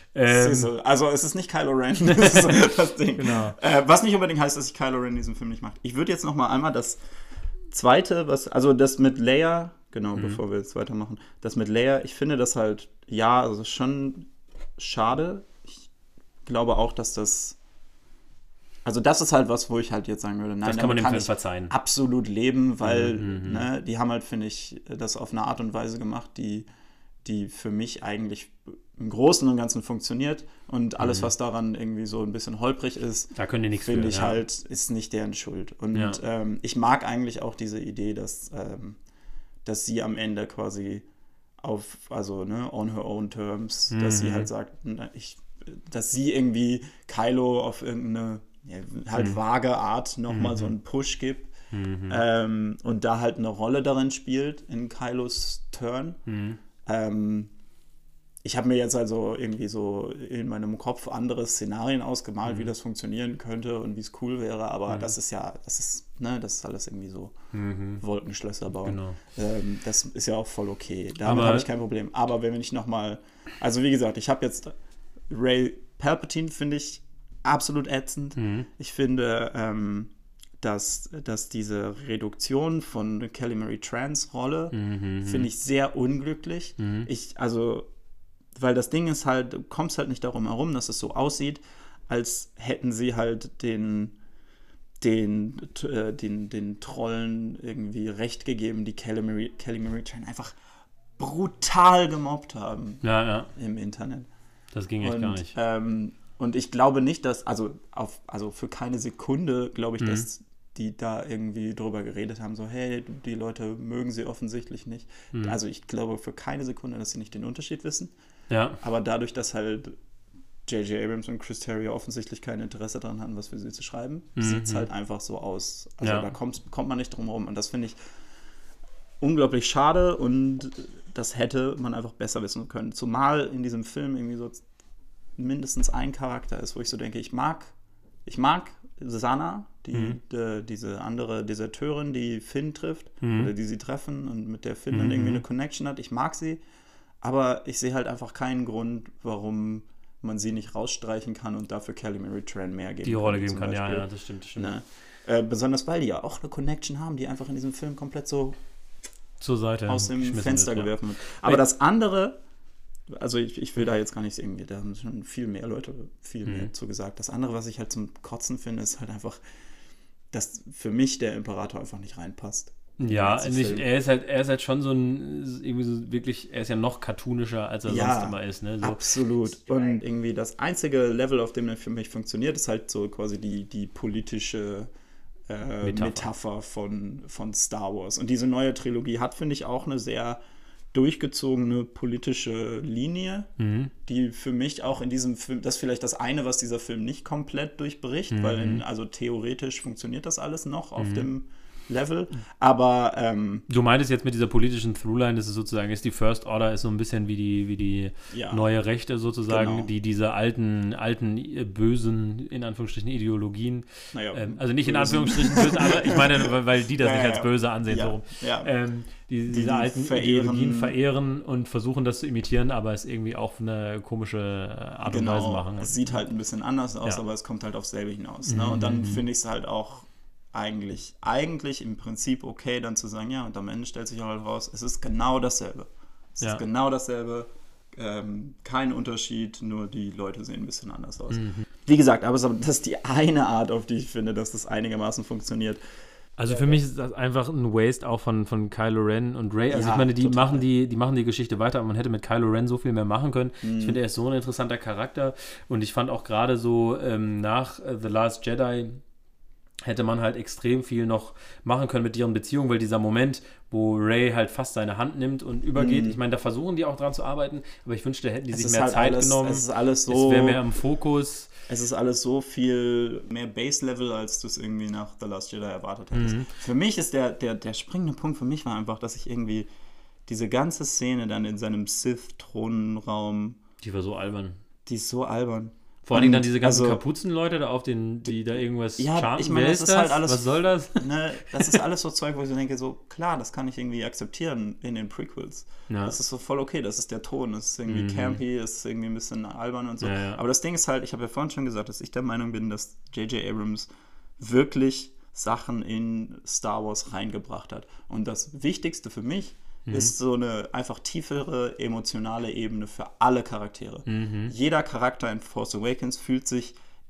Also es ist nicht Kylo Ren, das ist das Ding. Genau. Was nicht unbedingt heißt, dass ich Kylo Ren in diesem Film nicht mag. Ich würde jetzt noch mal einmal das Zweite, das mit Leia, bevor wir jetzt weitermachen, das mit Leia, ich finde das halt, also schon schade. Ich glaube auch, dass das Also das ist halt was, wo ich halt jetzt sagen würde, nein, das kann man dem Film ich verzeihen. absolut leben, weil ne, die haben halt, finde ich, das auf eine Art und Weise gemacht, die für mich eigentlich im Großen und Ganzen funktioniert und alles, was daran irgendwie so ein bisschen holprig ist, da können die nichts finde für, ich halt, ist nicht deren Schuld. Und ich mag eigentlich auch diese Idee, dass sie am Ende quasi on her own terms, dass sie halt sagt, dass sie irgendwie Kylo auf irgendeine vage Art nochmal so einen Push gibt und da halt eine Rolle darin spielt in Kylos Turn. Ich habe mir jetzt also irgendwie so in meinem Kopf andere Szenarien ausgemalt, wie das funktionieren könnte und wie es cool wäre, aber das ist alles irgendwie so Wolkenschlösser bauen. Genau. Das ist ja auch voll okay. Damit habe ich kein Problem. Aber wenn wir nicht nochmal, also wie gesagt, ich habe jetzt Rey Palpatine, finde ich absolut ätzend. Ich finde, dass diese Reduktion von Kelly Marie Trans Rolle finde ich sehr unglücklich. Weil das Ding ist halt, du kommst halt nicht darum herum, dass es so aussieht, als hätten sie halt den Trollen irgendwie Recht gegeben, die Kelly Marie Tran einfach brutal gemobbt haben im Internet. Das ging echt gar nicht. Und ich glaube nicht, dass, also für keine Sekunde glaube ich, dass die da irgendwie drüber geredet haben, so, hey, die Leute mögen sie offensichtlich nicht. Also ich glaube für keine Sekunde, dass sie nicht den Unterschied wissen. Ja. Aber dadurch, dass halt J.J. Abrams und Chris Terrio offensichtlich kein Interesse daran hatten, was für sie zu schreiben, sieht es halt einfach so aus. Also da kommt man nicht drum rum. Und das finde ich unglaublich schade und das hätte man einfach besser wissen können. Zumal in diesem Film irgendwie so mindestens ein Charakter ist, wo ich so denke, ich mag Sana, diese andere Deserteurin, die Finn trifft, oder die sie treffen und mit der Finn dann irgendwie eine Connection hat. Ich mag sie, aber ich sehe halt einfach keinen Grund, warum man sie nicht rausstreichen kann und dafür Kelly Marie Tran mehr geben kann. Die Rolle geben kann, ja, das stimmt. Ne? Besonders, weil die ja auch eine Connection haben, die einfach in diesem Film komplett so zur Seite aus dem Fenster geworfen wird. Aber das andere, also ich will da jetzt gar nicht irgendwie, da haben schon viel mehr Leute mehr zu gesagt. Das andere, was ich halt zum Kotzen finde, ist halt einfach, dass für mich der Imperator einfach nicht reinpasst. Ja, er ist halt schon so irgendwie so wirklich, er ist ja noch cartoonischer, als er sonst immer ist. Ne? So. Absolut. Und irgendwie das einzige Level, auf dem er für mich funktioniert, ist halt so quasi die politische Metapher von Star Wars. Und diese neue Trilogie hat, finde ich, auch eine sehr durchgezogene politische Linie, die für mich auch in diesem Film, das ist vielleicht das eine, was dieser Film nicht komplett durchbricht, weil also theoretisch funktioniert das alles noch auf dem Level, aber du meintest jetzt mit dieser politischen Throughline, das ist sozusagen, die First Order ist so ein bisschen wie die neue Rechte sozusagen, genau. Die diese alten bösen, in Anführungsstrichen, Ideologien, also nicht in Anführungsstrichen böse, aber ich meine, weil die das nicht als böse ansehen, so rum. Diese alten Ideologien verehren und versuchen, das zu imitieren, aber es irgendwie auch auf eine komische Art und Weise machen. Es sieht halt ein bisschen anders aus, aber es kommt halt aufs selbe hinaus. Ne? Und dann finde ich es halt auch eigentlich im Prinzip okay, dann zu sagen, ja, und am Ende stellt sich halt raus, es ist genau dasselbe. Es ist genau dasselbe, kein Unterschied, nur die Leute sehen ein bisschen anders aus. Wie gesagt, aber das ist die eine Art, auf die ich finde, dass das einigermaßen funktioniert. Also für mich ist das einfach ein Waste auch von Kylo Ren und Rey. Also ich meine, die machen die Geschichte weiter, aber man hätte mit Kylo Ren so viel mehr machen können. Ich finde, er ist so ein interessanter Charakter und ich fand auch gerade so nach The Last Jedi hätte man halt extrem viel noch machen können mit deren Beziehung, weil dieser Moment, wo Rey halt fast seine Hand nimmt und übergeht, ich meine, da versuchen die auch dran zu arbeiten, aber ich wünschte, hätten die sich mehr Zeit genommen. Es ist alles so, es wäre mehr im Fokus. Es ist alles so viel mehr Base-Level, als du es irgendwie nach The Last Jedi erwartet hättest. Für mich ist der springende Punkt für mich war einfach, dass ich irgendwie diese ganze Szene dann in seinem Sith-Thronenraum, die war so albern. Die ist so albern. Vor allem dann diese ganzen Kapuzenleute da die da irgendwas chanten. Ich meine, das ist halt alles. Was soll das? Ne, das ist alles so Zeug, wo ich so denke, so klar, das kann ich irgendwie akzeptieren in den Prequels. Ja. Das ist so voll okay, das ist der Ton, das ist irgendwie campy, das ist irgendwie ein bisschen albern und so. Ja. Aber das Ding ist halt, ich habe ja vorhin schon gesagt, dass ich der Meinung bin, dass J.J. Abrams wirklich Sachen in Star Wars reingebracht hat. Und das Wichtigste für mich ist so eine einfach tiefere emotionale Ebene für alle Charaktere. Jeder Charakter in Force Awakens fühlt sich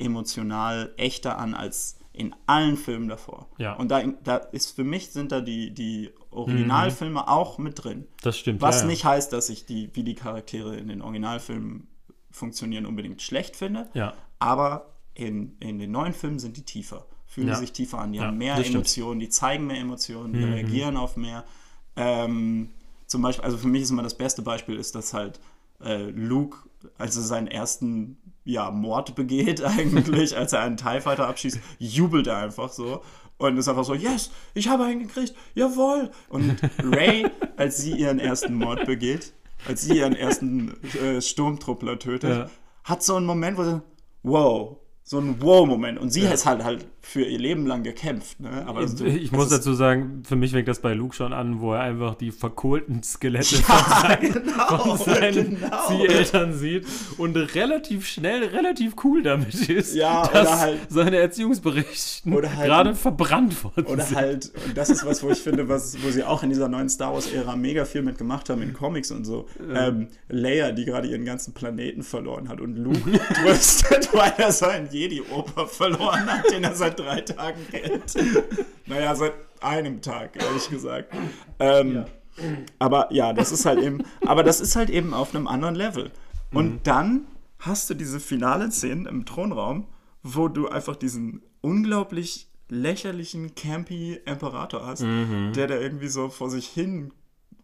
emotional echter an als in allen Filmen davor. Ja. Und da ist für mich sind da die Originalfilme auch mit drin. Das stimmt. Was nicht heißt, dass ich wie die Charaktere in den Originalfilmen funktionieren, unbedingt schlecht finde. Ja. Aber in den neuen Filmen sind die tiefer. Fühlen sich tiefer an. Die haben mehr Emotionen, die zeigen mehr Emotionen, die reagieren auf mehr. Zum Beispiel, also für mich ist immer das beste Beispiel, ist, dass halt Luke, als er seinen ersten Mord begeht eigentlich, als er einen TIE Fighter abschießt, jubelt er einfach so und ist einfach so, yes, ich habe einen gekriegt, jawohl. Und Rey, als sie ihren ersten Mord begeht, als sie ihren ersten Sturmtruppler tötet, hat so einen Moment, wo sie, wow, so ein Wow-Moment. Und sie hat halt für ihr Leben lang gekämpft. Ne? Aber ich muss dazu sagen, für mich fängt das bei Luke schon an, wo er einfach die verkohlten Skelette von seinen Zieheltern sieht und relativ schnell, relativ cool damit ist, dass halt, seine Erziehungsberichten gerade verbrannt worden oder sind. Oder halt, und das ist was, wo ich finde, wo sie auch in dieser neuen Star Wars-Ära mega viel mit gemacht haben, in Comics und so. Leia, die gerade ihren ganzen Planeten verloren hat und Luke tröstet, weil er seinen Jedi-Opa verloren hat, den er seit 3 Tagen kennt. Naja, seit einem Tag, ehrlich gesagt. Aber ja, das ist halt eben auf einem anderen Level. Und dann hast du diese finale Szene im Thronraum, wo du einfach diesen unglaublich lächerlichen, campy Imperator hast, der da irgendwie so vor sich hin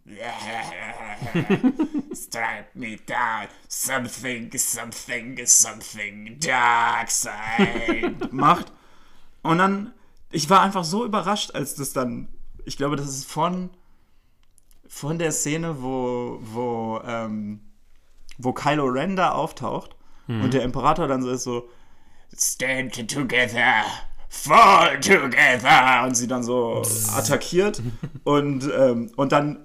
strike me down, something, dark side macht. Und dann, ich war einfach so überrascht, als das dann, ich glaube, das ist von der Szene, wo Kylo Ren da auftaucht und der Imperator dann so ist so, stand together, fall together, und sie dann so attackiert und dann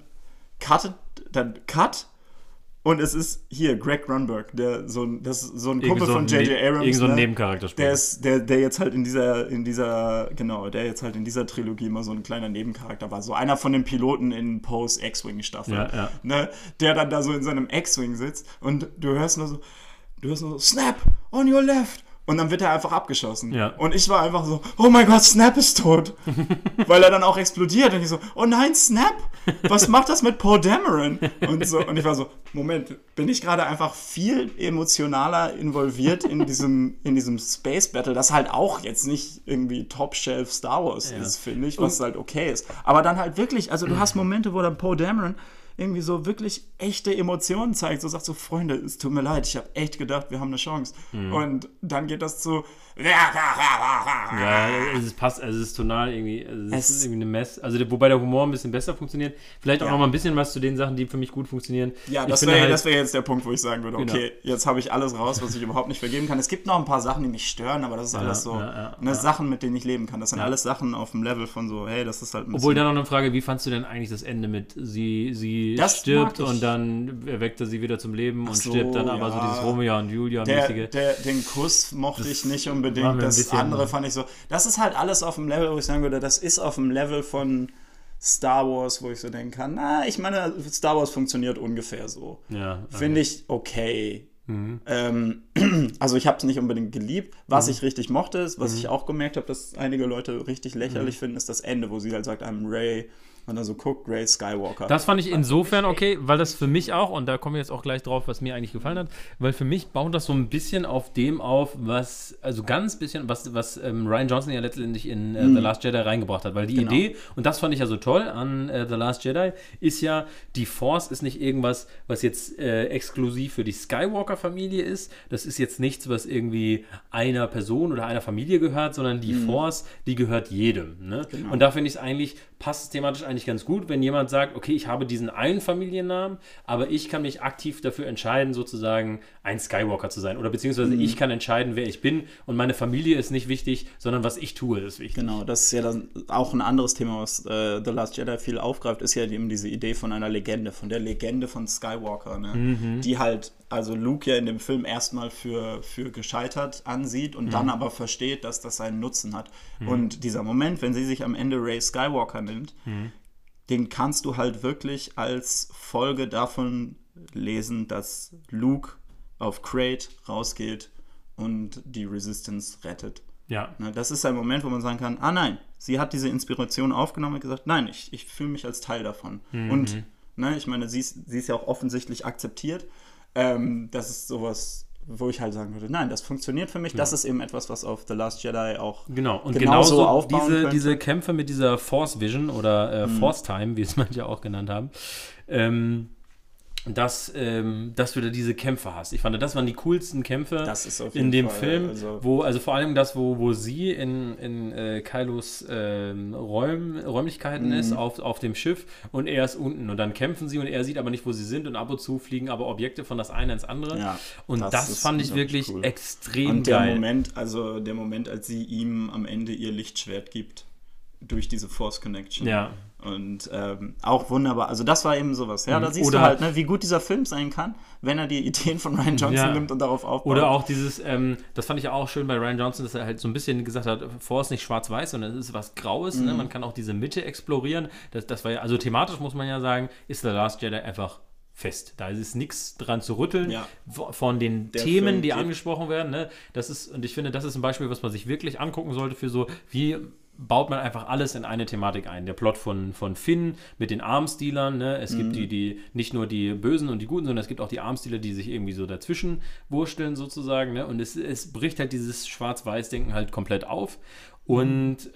Cut und es ist hier Greg Grunberg, das ist so ein Kumpel von J.J. Abrams, irgend so ein Nebencharakter spielt. Der jetzt halt in dieser Trilogie mal so ein kleiner Nebencharakter war, so einer von den Piloten in Poes X-Wing-Staffel, ne, der dann da so in seinem X-Wing sitzt und du hörst nur so Snap on your left. Und dann wird er einfach abgeschossen. Ja. Und ich war einfach so, oh mein Gott, Snap ist tot. Weil er dann auch explodiert. Und ich so, oh nein, Snap? Was macht das mit Poe Dameron? Und ich war so, Moment, bin ich gerade einfach viel emotionaler involviert in diesem Space Battle, das halt auch jetzt nicht irgendwie Top-Shelf Star Wars ist, finde ich, was halt okay ist. Aber dann halt wirklich, also du hast Momente, wo dann Poe Dameron irgendwie so wirklich echte Emotionen zeigt, so sagt so, Freunde, es tut mir leid, ich habe echt gedacht, wir haben eine Chance. Und dann geht das zu ja, es passt, also es ist tonal irgendwie, es ist irgendwie eine Mess, also wobei der Humor ein bisschen besser funktioniert, vielleicht auch noch mal ein bisschen was zu den Sachen, die für mich gut funktionieren. Ja, das wäre jetzt der Punkt, wo ich sagen würde, okay, jetzt habe ich alles raus, was ich überhaupt nicht vergeben kann. Es gibt noch ein paar Sachen, die mich stören, aber das ist alles so Sachen, mit denen ich leben kann. Das sind alles Sachen auf dem Level von so, hey, das ist halt ein bisschen... Obwohl dann noch eine Frage, wie fandst du denn eigentlich das Ende mit, sie stirbt und dann erweckt er sie wieder zum Leben und stirbt dann aber so dieses Romeo und Julia-mäßige. Den Kuss mochte ich nicht unbedingt. Das andere fand ich so, das ist halt alles auf dem Level, wo ich sagen würde, das ist auf dem Level von Star Wars, wo ich so denken kann, ich meine, Star Wars funktioniert ungefähr so. Ja, finde ich okay. Also ich habe es nicht unbedingt geliebt. Was ich richtig mochte, ist, was ich auch gemerkt habe, dass einige Leute richtig lächerlich finden, ist das Ende, wo sie halt sagt, I'm Rey. Und dann so guckt, Rey Skywalker. Das fand ich insofern okay, weil das für mich auch, und da kommen wir jetzt auch gleich drauf, was mir eigentlich gefallen hat, weil für mich baut das so ein bisschen auf dem auf, was Rian Johnson ja letztendlich in The Last Jedi reingebracht hat. Weil die Idee, und das fand ich ja so toll an The Last Jedi, ist ja, die Force ist nicht irgendwas, was jetzt exklusiv für die Skywalker-Familie ist. Das ist jetzt nichts, was irgendwie einer Person oder einer Familie gehört, sondern die Force, die gehört jedem. Ne? Genau. Und da finde ich es eigentlich, passt es thematisch eigentlich ganz gut, wenn jemand sagt, okay, ich habe diesen einen Familiennamen, aber ich kann mich aktiv dafür entscheiden, sozusagen ein Skywalker zu sein. Oder beziehungsweise ich kann entscheiden, wer ich bin und meine Familie ist nicht wichtig, sondern was ich tue, ist wichtig. Genau, das ist ja dann auch ein anderes Thema, was The Last Jedi viel aufgreift, ist ja eben diese Idee von einer Legende, von der Legende von Skywalker, ne? Die halt, also Luke ja in dem Film erstmal für gescheitert ansieht und dann aber versteht, dass das seinen Nutzen hat. Und dieser Moment, wenn sie sich am Ende Rey Skywalker nimmt, den kannst du halt wirklich als Folge davon lesen, dass Luke auf Crate rausgeht und die Resistance rettet. Ja. Ne, das ist ein Moment, wo man sagen kann, nein, sie hat diese Inspiration aufgenommen und gesagt, nein, ich fühle mich als Teil davon. Und ne, ich meine, sie ist ja auch offensichtlich akzeptiert. Das ist sowas, wo ich halt sagen würde, nein, das funktioniert für mich. Ja. Das ist eben etwas, was auf The Last Jedi auch genauso aufbauen könnte. Diese Kämpfe mit dieser Force Vision oder Force Time, wie es manche auch genannt haben, dass du da diese Kämpfe hast. Ich fand, das waren die coolsten Kämpfe in dem Film, wo vor allem das, wo sie in Kylos Räumlichkeiten ist, auf dem Schiff und er ist unten und dann kämpfen sie und er sieht aber nicht, wo sie sind und ab und zu fliegen aber Objekte von das eine ins andere. Ja, und das fand ich wirklich cool. Extrem und geil. Der Moment, als sie ihm am Ende ihr Lichtschwert gibt, durch diese Force Connection. Ja. Und auch wunderbar. Also das war eben sowas. Ja, da siehst du halt, ne, wie gut dieser Film sein kann, wenn er die Ideen von Rian Johnson nimmt und darauf aufbaut. Oder auch dieses, das fand ich auch schön bei Rian Johnson, dass er halt so ein bisschen gesagt hat, Force nicht schwarz-weiß, sondern es ist was Graues. Ne? Man kann auch diese Mitte explorieren. Das war ja, also thematisch muss man ja sagen, ist The Last Jedi einfach fest. Da ist nichts dran zu rütteln von den Themen, die angesprochen werden. Ne? Und ich finde, das ist ein Beispiel, was man sich wirklich angucken sollte für so, wie baut man einfach alles in eine Thematik ein. Der Plot von Finn mit den Armstealern, ne? Es gibt die nicht nur die Bösen und die Guten, sondern es gibt auch die Armstealer, die sich irgendwie so dazwischen wursteln sozusagen, ne? Und es bricht halt dieses Schwarz-Weiß-Denken halt komplett auf. Und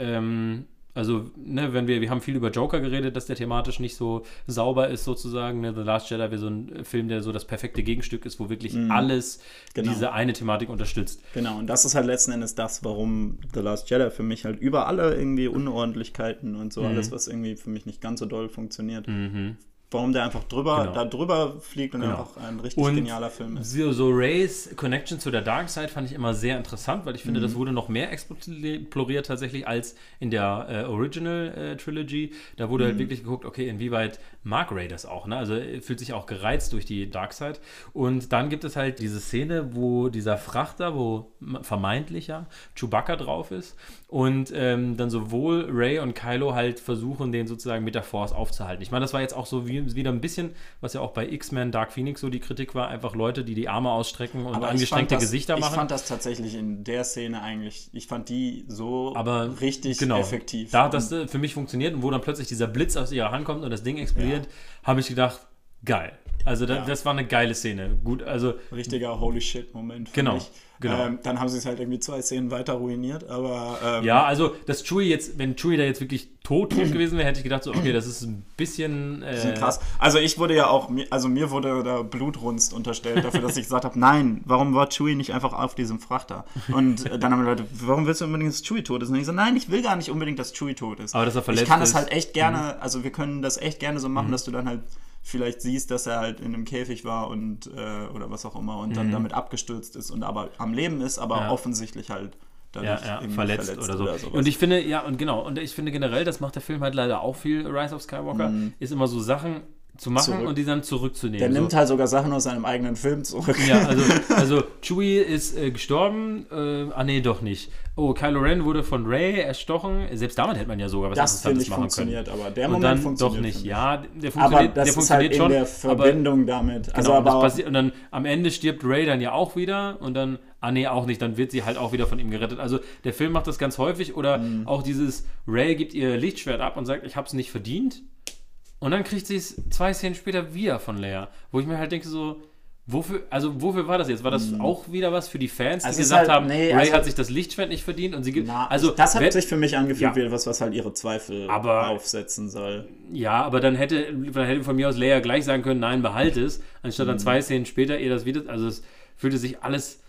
also, ne, wir haben viel über Joker geredet, dass der thematisch nicht so sauber ist sozusagen. Ne? The Last Jedi wäre so ein Film, der so das perfekte Gegenstück ist, wo wirklich alles diese eine Thematik unterstützt. Genau, und das ist halt letzten Endes das, warum The Last Jedi für mich halt über alle irgendwie Unordentlichkeiten und so, alles, was irgendwie für mich nicht ganz so doll funktioniert, warum der einfach da drüber fliegt und einfach ein richtig genialer Film ist. So Reys Connection zu der Dark Side fand ich immer sehr interessant, weil ich finde, das wurde noch mehr exploriert tatsächlich als in der Original Trilogy. Da wurde halt wirklich geguckt, okay, inwieweit mag Rey das auch, ne? Also er fühlt sich auch gereizt durch die Dark Side. Und dann gibt es halt diese Szene, wo dieser Frachter, wo vermeintlich Chewbacca drauf ist und dann sowohl Rey und Kylo halt versuchen, den sozusagen mit der Force aufzuhalten. Ich meine, das war jetzt auch so wieder ein bisschen, was ja auch bei X-Men Dark Phoenix so die Kritik war, einfach Leute, die die Arme ausstrecken und angestrengte Gesichter machen. Ich fand das tatsächlich in der Szene eigentlich, ich fand die so richtig effektiv. Da hat das für mich funktioniert und wo dann plötzlich dieser Blitz aus ihrer Hand kommt und das Ding explodiert, habe ich gedacht, geil. Also das war eine geile Szene. Gut, also richtiger Holy Shit Moment. Genau. Dann haben sie es halt irgendwie 2 Szenen weiter ruiniert, aber also dass wenn Chewie da jetzt wirklich tot gewesen wäre, hätte ich gedacht so, okay, das ist ein bisschen krass. Also ich wurde ja auch, mir wurde da Blutrunst unterstellt dafür, dass ich gesagt habe, nein, warum war Chewie nicht einfach auf diesem Frachter? Und dann haben die Leute, warum willst du unbedingt, dass Chewie tot ist? Und ich so, nein, ich will gar nicht unbedingt, dass Chewie tot ist. Aber dass er verletzt ist. Ich kann das halt echt gerne, also wir können das echt gerne so machen, dass du dann halt vielleicht siehst, dass er halt in einem Käfig war und oder was auch immer und dann damit abgestürzt ist und aber am Leben ist, aber offensichtlich halt verletzt oder so. Und ich finde, und ich finde generell, das macht der Film halt leider auch viel, Rise of Skywalker, ist immer so Sachen zu machen und die dann zurückzunehmen. Der nimmt halt sogar Sachen aus seinem eigenen Film zurück. Ja, also Chewie ist gestorben, nee, doch nicht. Oh, Kylo Ren wurde von Rey erstochen. Selbst damit hätte man ja sogar was Interessantes machen können. Das aber der Moment funktioniert doch nicht. Ja, der funktioniert, aber das der funktioniert ist halt schon. In der Verbindung damit. Also und dann am Ende stirbt Rey dann ja auch wieder und dann, auch nicht, dann wird sie halt auch wieder von ihm gerettet. Also der Film macht das ganz häufig oder auch dieses, Rey gibt ihr Lichtschwert ab und sagt, ich hab's nicht verdient. Und dann kriegt sie es 2 Szenen später wieder von Leia. Wo ich mir halt denke so, wofür war das jetzt? War das auch wieder was für die Fans, die gesagt haben, Rey hat sich das Lichtschwert nicht verdient und sie gibt... das hat sich für mich angefühlt wie etwas, was halt ihre Zweifel aufsetzen soll. Ja, aber dann hätte von mir aus Leia gleich sagen können, nein, behalte es, anstatt dann 2 Szenen später ihr das wieder... Also es fühlte sich alles...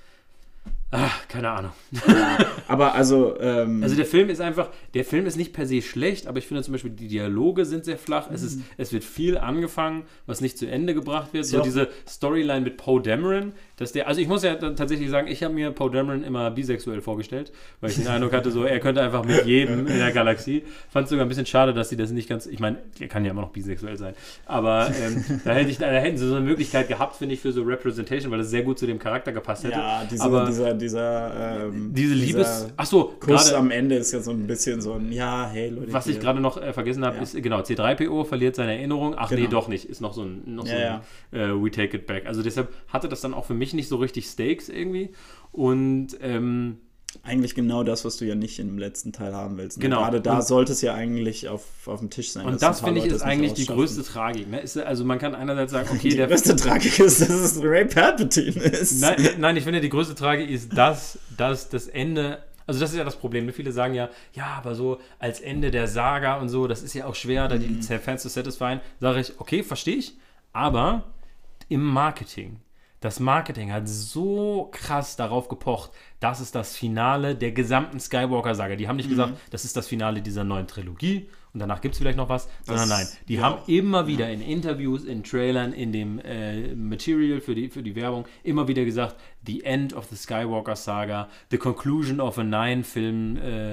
keine Ahnung. Ja, aber also der Film ist nicht per se schlecht, aber ich finde zum Beispiel, die Dialoge sind sehr flach. Es wird viel angefangen, was nicht zu Ende gebracht wird. So diese Storyline mit Poe Dameron, also ich muss ja tatsächlich sagen, ich habe mir Poe Dameron immer bisexuell vorgestellt, weil ich den Eindruck hatte, so er könnte einfach mit jedem in der Galaxie. Fand es sogar ein bisschen schade, dass sie das nicht ganz, ich meine, er kann ja immer noch bisexuell sein, aber da hätten sie so eine Möglichkeit gehabt, finde ich, für so Representation, weil das sehr gut zu dem Charakter gepasst hätte. Ja, diese Kuss am Ende ist ja so ein bisschen so ein, hey Leute. Was ich gerade noch vergessen habe, ist, C-3PO verliert seine Erinnerung. Nee, doch nicht. Ist noch so ein We Take It Back. Also deshalb hatte das dann auch für mich mich nicht so richtig Stakes irgendwie. Und eigentlich genau das, was du ja nicht im letzten Teil haben willst. Ne? Genau. Gerade da sollte es ja eigentlich auf dem Tisch sein. Und das, finde ich, ist eigentlich die größte Tragik. Ne? Also man kann einerseits sagen, okay, die größte Tragik ist, dass es Ray Palpatine ist. Nein, ich finde, die größte Tragik ist, dass das Ende... Also das ist ja das Problem. Ne? Viele sagen ja, aber so als Ende der Saga und so, das ist ja auch schwer, da die Fans zu satisfyen. Sage ich, okay, verstehe ich. Aber im Marketing... Das Marketing hat so krass darauf gepocht, das ist das Finale der gesamten Skywalker-Saga. Die haben nicht gesagt, das ist das Finale dieser neuen Trilogie und danach gibt es vielleicht noch was, sondern nein. Die haben immer wieder in Interviews, in Trailern, in dem Material für die Werbung immer wieder gesagt, the end of the Skywalker-Saga, the conclusion of a 9-Film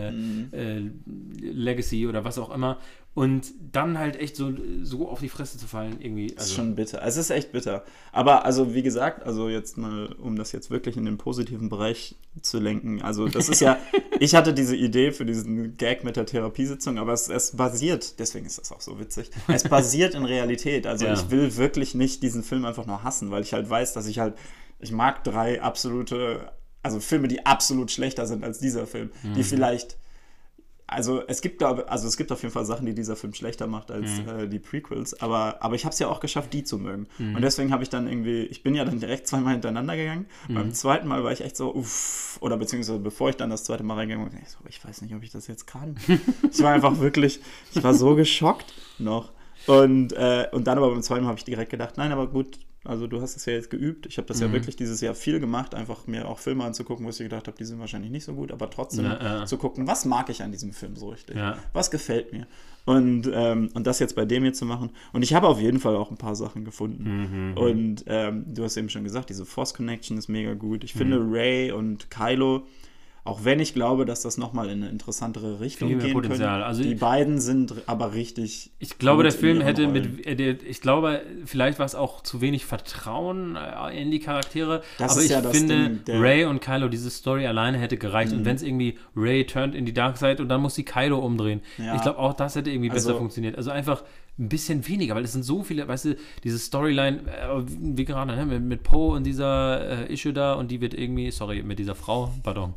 Legacy oder was auch immer. Und dann halt echt so auf die Fresse zu fallen, irgendwie. Das ist schon bitter. Es ist echt bitter. Aber also wie gesagt, also jetzt mal, um das jetzt wirklich in den positiven Bereich zu lenken, also das ist ja, ich hatte diese Idee für diesen Gag mit der Therapiesitzung, aber es basiert, deswegen ist das auch so witzig, es basiert in Realität. Also ich will wirklich nicht diesen Film einfach nur hassen, weil ich halt weiß, dass ich mag 3 absolute, also Filme, die absolut schlechter sind als dieser Film, die vielleicht... Also es gibt auf jeden Fall Sachen, die dieser Film schlechter macht als die Prequels, aber ich habe es ja auch geschafft, die zu mögen. Und deswegen habe ich dann ich bin ja dann direkt 2-mal hintereinander gegangen. Beim zweiten Mal war ich echt so, oder beziehungsweise bevor ich dann das 2. Mal reingegangen bin, ich weiß nicht, ob ich das jetzt kann. Ich war einfach wirklich, ich war so geschockt noch. Und dann aber beim 2. Mal habe ich direkt gedacht, nein, aber gut, also du hast es ja jetzt geübt. Ich habe das ja wirklich dieses Jahr viel gemacht, einfach mir auch Filme anzugucken, wo ich gedacht habe, die sind wahrscheinlich nicht so gut, aber trotzdem zu gucken, was mag ich an diesem Film so richtig? Ja. Was gefällt mir? Und das jetzt bei dem hier zu machen. Und ich habe auf jeden Fall auch ein paar Sachen gefunden. Und du hast eben schon gesagt, diese Force Connection ist mega gut. Ich finde Rey und Kylo, auch wenn ich glaube, dass das nochmal in eine interessantere Richtung gehen könnte. Also die beiden sind aber richtig. Ich glaube, der Film hätte ich glaube, vielleicht war es auch zu wenig Vertrauen in die Charaktere. Aber ich finde, Rey und Kylo, diese Story alleine hätte gereicht. Und wenn es irgendwie Rey turnt in die Dark Side und dann muss sie Kylo umdrehen. Ja. Ich glaube, auch das hätte irgendwie besser funktioniert. Also einfach ein bisschen weniger, weil es sind so viele, weißt du, diese Storyline, wie gerade, ne, mit Poe und dieser Issue da und die wird irgendwie, mit dieser Frau, pardon,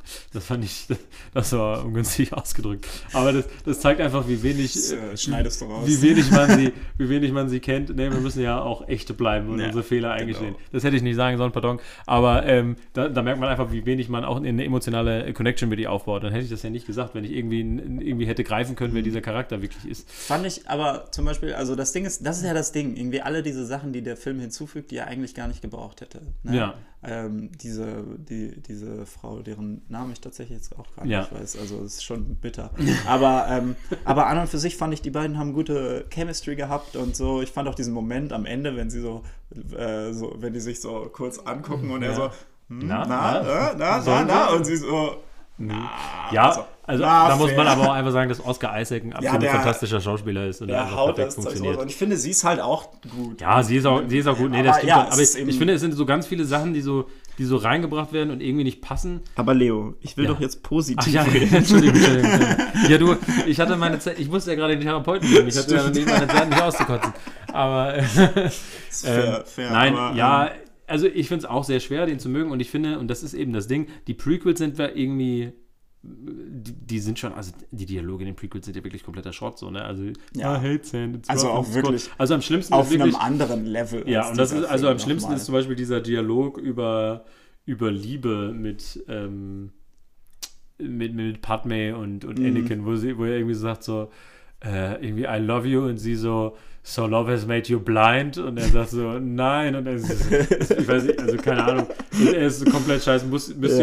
das war ungünstig ausgedrückt, aber das zeigt einfach, wie wenig schneidest du raus. Wie wenig man sie kennt. Ne, wir müssen ja auch echte bleiben und unsere Fehler eingestehen. Genau. Das hätte ich nicht sagen sollen, pardon, aber da merkt man einfach, wie wenig man auch in eine emotionale Connection mit ihr aufbaut. Dann hätte ich das ja nicht gesagt, wenn ich irgendwie hätte greifen können, wer dieser Charakter wirklich ist. Fand ich aber zum Beispiel, also das ist ja das Ding, irgendwie alle diese Sachen, die der Film hinzufügt, die er eigentlich gar nicht gebraucht hätte. Ne? Ja. Diese Frau, deren Namen ich tatsächlich jetzt auch gar nicht weiß, also es ist schon bitter. aber an und für sich fand ich, die beiden haben gute Chemistry gehabt und so. Ich fand auch diesen Moment am Ende, wenn sie wenn die sich so kurz angucken und er so, na, und sie so, da muss man aber auch einfach sagen, dass Oscar Isaac ein absolut fantastischer Schauspieler ist und der haut perfekt funktioniert. Und ich finde, sie ist halt auch gut. Ja, sie ist auch gut. Nee, das stimmt schon. Aber ich finde, es sind so ganz viele Sachen, die so reingebracht werden und irgendwie nicht passen. Aber Leo, ich will doch jetzt positiv reden. Entschuldigung. Ja, ich hatte meine Zeit, ich musste ja gerade den Therapeuten nehmen. Ich hatte ja meine Zeit nicht auszukotzen. Aber fair, nein, aber, also ich finde es auch sehr schwer, den zu mögen und ich finde, und das ist eben das Ding, die Prequels sind wir irgendwie, die sind schon, also die Dialoge in den Prequels sind ja wirklich kompletter Schrott, so, ne, also hates and also auch wirklich, also am schlimmsten auf wirklich, einem anderen Level. Ja, und das ist, also am schlimmsten ist zum Beispiel dieser Dialog über Liebe mit Padme und Anakin, wo er irgendwie so sagt so, irgendwie I love you und sie so love has made you blind und er sagt so nein und ich weiß nicht, also keine Ahnung, er ist komplett scheiße, müsst ihr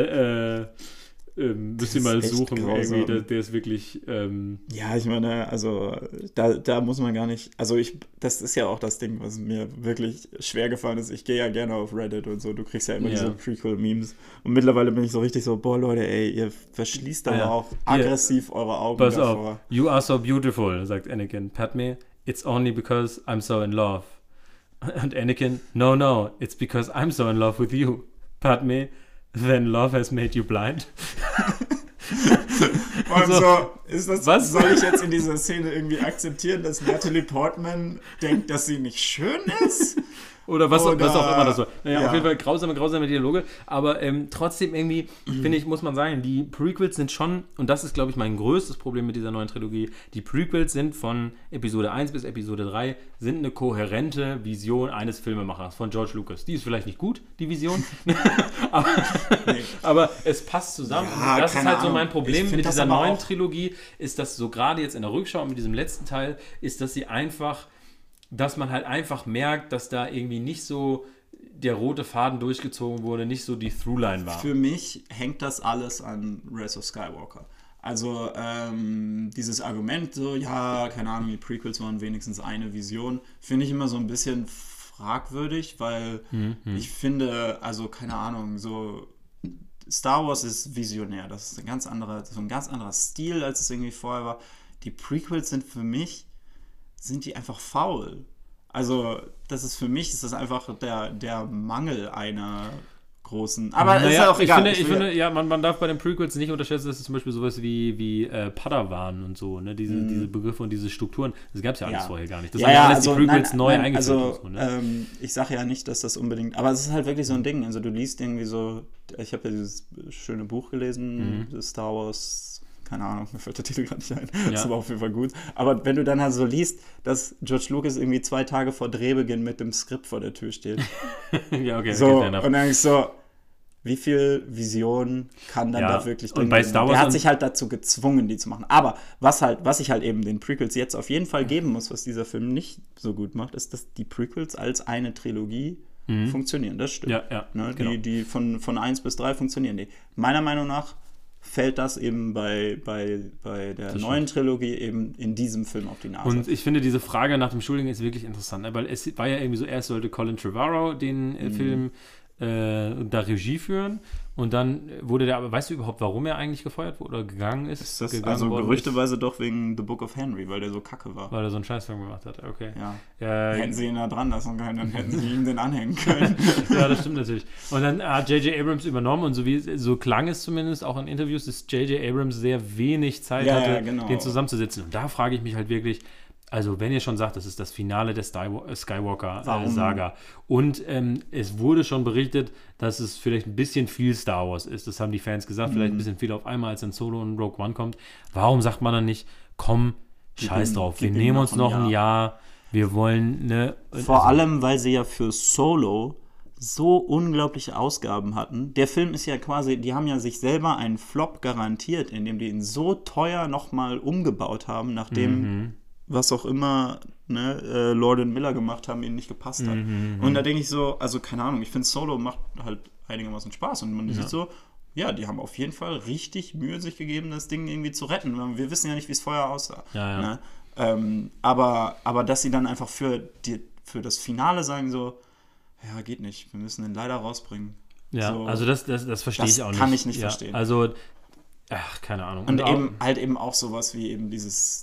mal suchen irgendwie, der ist wirklich ja, ich meine, also da muss man gar nicht, also das ist ja auch das Ding, was mir wirklich schwer gefallen ist, ich gehe ja gerne auf Reddit und so, du kriegst ja immer diese Prequel-Memes und mittlerweile bin ich so richtig so, boah Leute, ey, ihr verschließt aber auch aggressiv eure Augen Pass davor. Auf. You are so beautiful, sagt Anakin. Padme, it's only because I'm so in love. Und Anakin, no, it's because I'm so in love with you. Padme, then love has made you blind. Und so, ist das, was? Soll ich jetzt in dieser Szene irgendwie akzeptieren, dass Natalie Portman denkt, dass sie nicht schön ist? Oder was auch immer das war. Naja, Ja. auf jeden Fall grausame Dialoge. Aber trotzdem irgendwie, finde ich, muss man sagen, die Prequels sind schon, und das ist, glaube ich, mein größtes Problem mit dieser neuen Trilogie, die Prequels sind von Episode 1 bis Episode 3, sind eine kohärente Vision eines Filmemachers von George Lucas. Die ist vielleicht nicht gut, die Vision, aber es passt zusammen. Ja, und das ist keine halt so Ahnung. mein Ich Problem find mit das dieser aber neuen auch- Trilogie, ist, dass so gerade jetzt in der Rückschau mit diesem letzten Teil, ist, dass sie einfach, dass man halt einfach merkt, dass da irgendwie nicht so der rote Faden durchgezogen wurde, nicht so die Throughline war. Für mich hängt das alles an Rise of Skywalker. Also dieses Argument so, ja, keine Ahnung, die Prequels waren wenigstens eine Vision, finde ich immer so ein bisschen fragwürdig, weil ich finde, also keine Ahnung, so Star Wars ist visionär, das ist so ein ganz anderer Stil, als es irgendwie vorher war. Die Prequels sind für mich, sind die einfach faul. Also das ist für mich, ist das einfach der Mangel einer großen, aber es ist ja auch egal. Ich finde, ja, man darf bei den Prequels nicht unterschätzen, dass es zum Beispiel sowas wie Padawan und so, ne, diese Begriffe und diese Strukturen, das gab es ja alles vorher gar nicht. Das haben ja alles die Prequels neu eingeführt. Also, und so, ne? ich sage ja nicht, dass das unbedingt, aber es ist halt wirklich so ein Ding, also du liest irgendwie so, ich habe ja dieses schöne Buch gelesen, Star Wars, keine Ahnung, mir fällt der Titel gar nicht ein, ist aber auf jeden Fall gut, aber wenn du dann halt so liest, dass George Lucas irgendwie 2 Tage vor Drehbeginn mit dem Skript vor der Tür steht, Ja, okay, so, okay, und dann denk ich so, wie viel Vision kann dann da wirklich drin und bei sein? Star Wars Der hat sich halt dazu gezwungen, die zu machen. Aber was ich halt eben den Prequels jetzt auf jeden Fall geben muss, was dieser Film nicht so gut macht, ist, dass die Prequels als eine Trilogie funktionieren. Das stimmt. Ja, ne? genau. Die von 1 bis 3 funktionieren die. Meiner Meinung nach fällt das eben bei der neuen Trilogie eben in diesem Film auf die Nase. Und ich finde, diese Frage nach dem Studiengang ist wirklich interessant, ne? Weil es war ja irgendwie so, erst sollte Colin Trevorrow den Film da Regie führen und dann wurde der, aber weißt du überhaupt, warum er eigentlich gefeuert wurde oder gegangen ist? Ist das gegangen also worden gerüchteweise doch wegen The Book of Henry, weil der so kacke war. weil er so einen Scheißfilm gemacht hat, okay. Ja. Hätten sie ihn da dran lassen können, dann hätten sie ihm den anhängen können. Ja, das stimmt natürlich. Und dann hat J.J. Abrams übernommen und so klang es zumindest auch in Interviews, dass J.J. Abrams sehr wenig Zeit hatte, genau. den zusammenzusetzen. Und da frage ich mich halt wirklich, also wenn ihr schon sagt, das ist das Finale der Skywalker-Saga und es wurde schon berichtet, dass es vielleicht ein bisschen viel Star Wars ist, das haben die Fans gesagt, vielleicht ein bisschen viel auf einmal, als dann Solo und Rogue One kommt. Warum sagt man dann nicht, komm, scheiß drauf, wir nehmen uns noch ein Jahr, wir wollen, ne? Vor allem, weil sie ja für Solo so unglaubliche Ausgaben hatten. Der Film ist ja quasi, die haben ja sich selber einen Flop garantiert, indem die ihn so teuer nochmal umgebaut haben, nachdem was auch immer Lord und Miller gemacht haben, ihnen nicht gepasst hat. Und da denke ich so, also keine Ahnung, ich finde Solo macht halt einigermaßen Spaß und man sieht so, ja, die haben auf jeden Fall richtig Mühe sich gegeben, das Ding irgendwie zu retten. Wir wissen ja nicht, wie es vorher aussah. Ja. Ne? Aber dass sie dann einfach für das Finale sagen so, ja, geht nicht, wir müssen den leider rausbringen. Ja, so, also das verstehe ich auch nicht. Das kann ich nicht verstehen. Also, keine Ahnung. Und eben auch sowas wie eben dieses,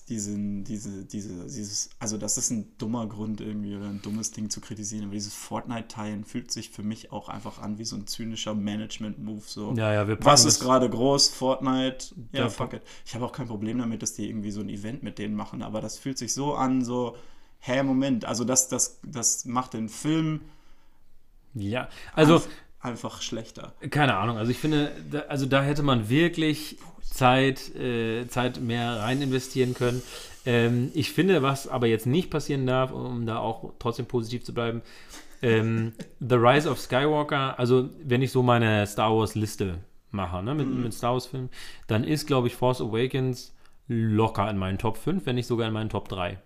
also das ist ein dummer Grund irgendwie oder ein dummes Ding zu kritisieren, aber dieses Fortnite-Teilen fühlt sich für mich auch einfach an wie so ein zynischer Management-Move. So. Ja, wir packen was ist gerade groß? Fortnite? Ja, fuck it. Ich habe auch kein Problem damit, dass die irgendwie so ein Event mit denen machen, aber das fühlt sich so an, so, Moment, also das macht den Film ja, also einfach schlechter. keine Ahnung, also ich finde, da hätte man wirklich Zeit mehr rein investieren können. Ich finde, was aber jetzt nicht passieren darf, um da auch trotzdem positiv zu bleiben, The Rise of Skywalker, also wenn ich so meine Star Wars Liste mache, ne, mit Star Wars Filmen, dann ist, glaube ich, Force Awakens locker in meinen Top 5, wenn nicht sogar in meinen Top 3.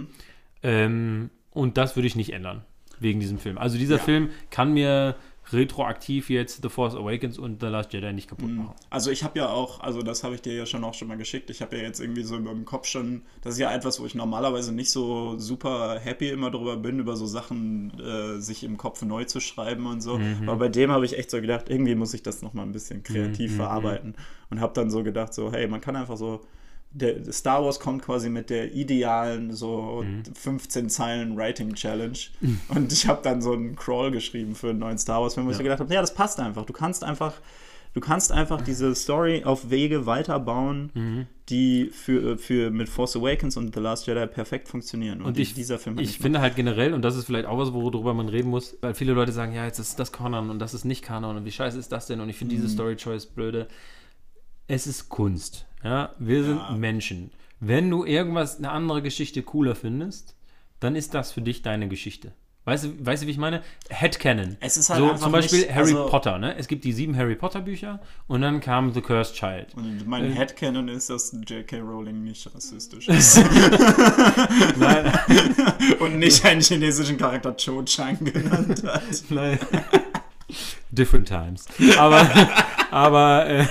Und das würde ich nicht ändern, wegen diesem Film. Also dieser Film kann mir retroaktiv jetzt The Force Awakens und The Last Jedi nicht kaputt machen. Also ich habe ja auch, also das habe ich dir ja schon mal geschickt, ich habe ja jetzt irgendwie so im Kopf schon, das ist ja etwas, wo ich normalerweise nicht so super happy immer drüber bin, über so Sachen sich im Kopf neu zu schreiben und so, aber bei dem habe ich echt so gedacht, irgendwie muss ich das nochmal ein bisschen kreativ verarbeiten und habe dann so gedacht, so hey, man kann einfach so, der Star Wars kommt quasi mit der idealen so 15 Zeilen Writing Challenge und ich habe dann so einen Crawl geschrieben für einen neuen Star Wars Film, wo ich so gedacht habe, ja, das passt einfach. Du kannst einfach Du kannst einfach diese Story auf Wege weiterbauen, die mit Force Awakens und The Last Jedi perfekt funktionieren. Und dieser Film hat ich finde halt generell, und das ist vielleicht auch was, worüber man reden muss, weil viele Leute sagen, ja, jetzt ist das Kanon und das ist nicht Kanon und wie scheiße ist das denn? Und ich finde diese Story-Choice blöde. Es ist Kunst. Ja? Wir sind Menschen. Wenn du eine andere Geschichte cooler findest, dann ist das für dich deine Geschichte. Weißt du, wie ich meine? Headcanon. Es ist halt so einfach zum Beispiel nicht, Harry Potter, ne? Es gibt die 7 Harry Potter Bücher und dann kam The Cursed Child. Und mein Headcanon ist, dass J.K. Rowling nicht rassistisch ist. Nein. Und nicht einen chinesischen Charakter Cho Chang genannt hat. Nein. Different times. Aber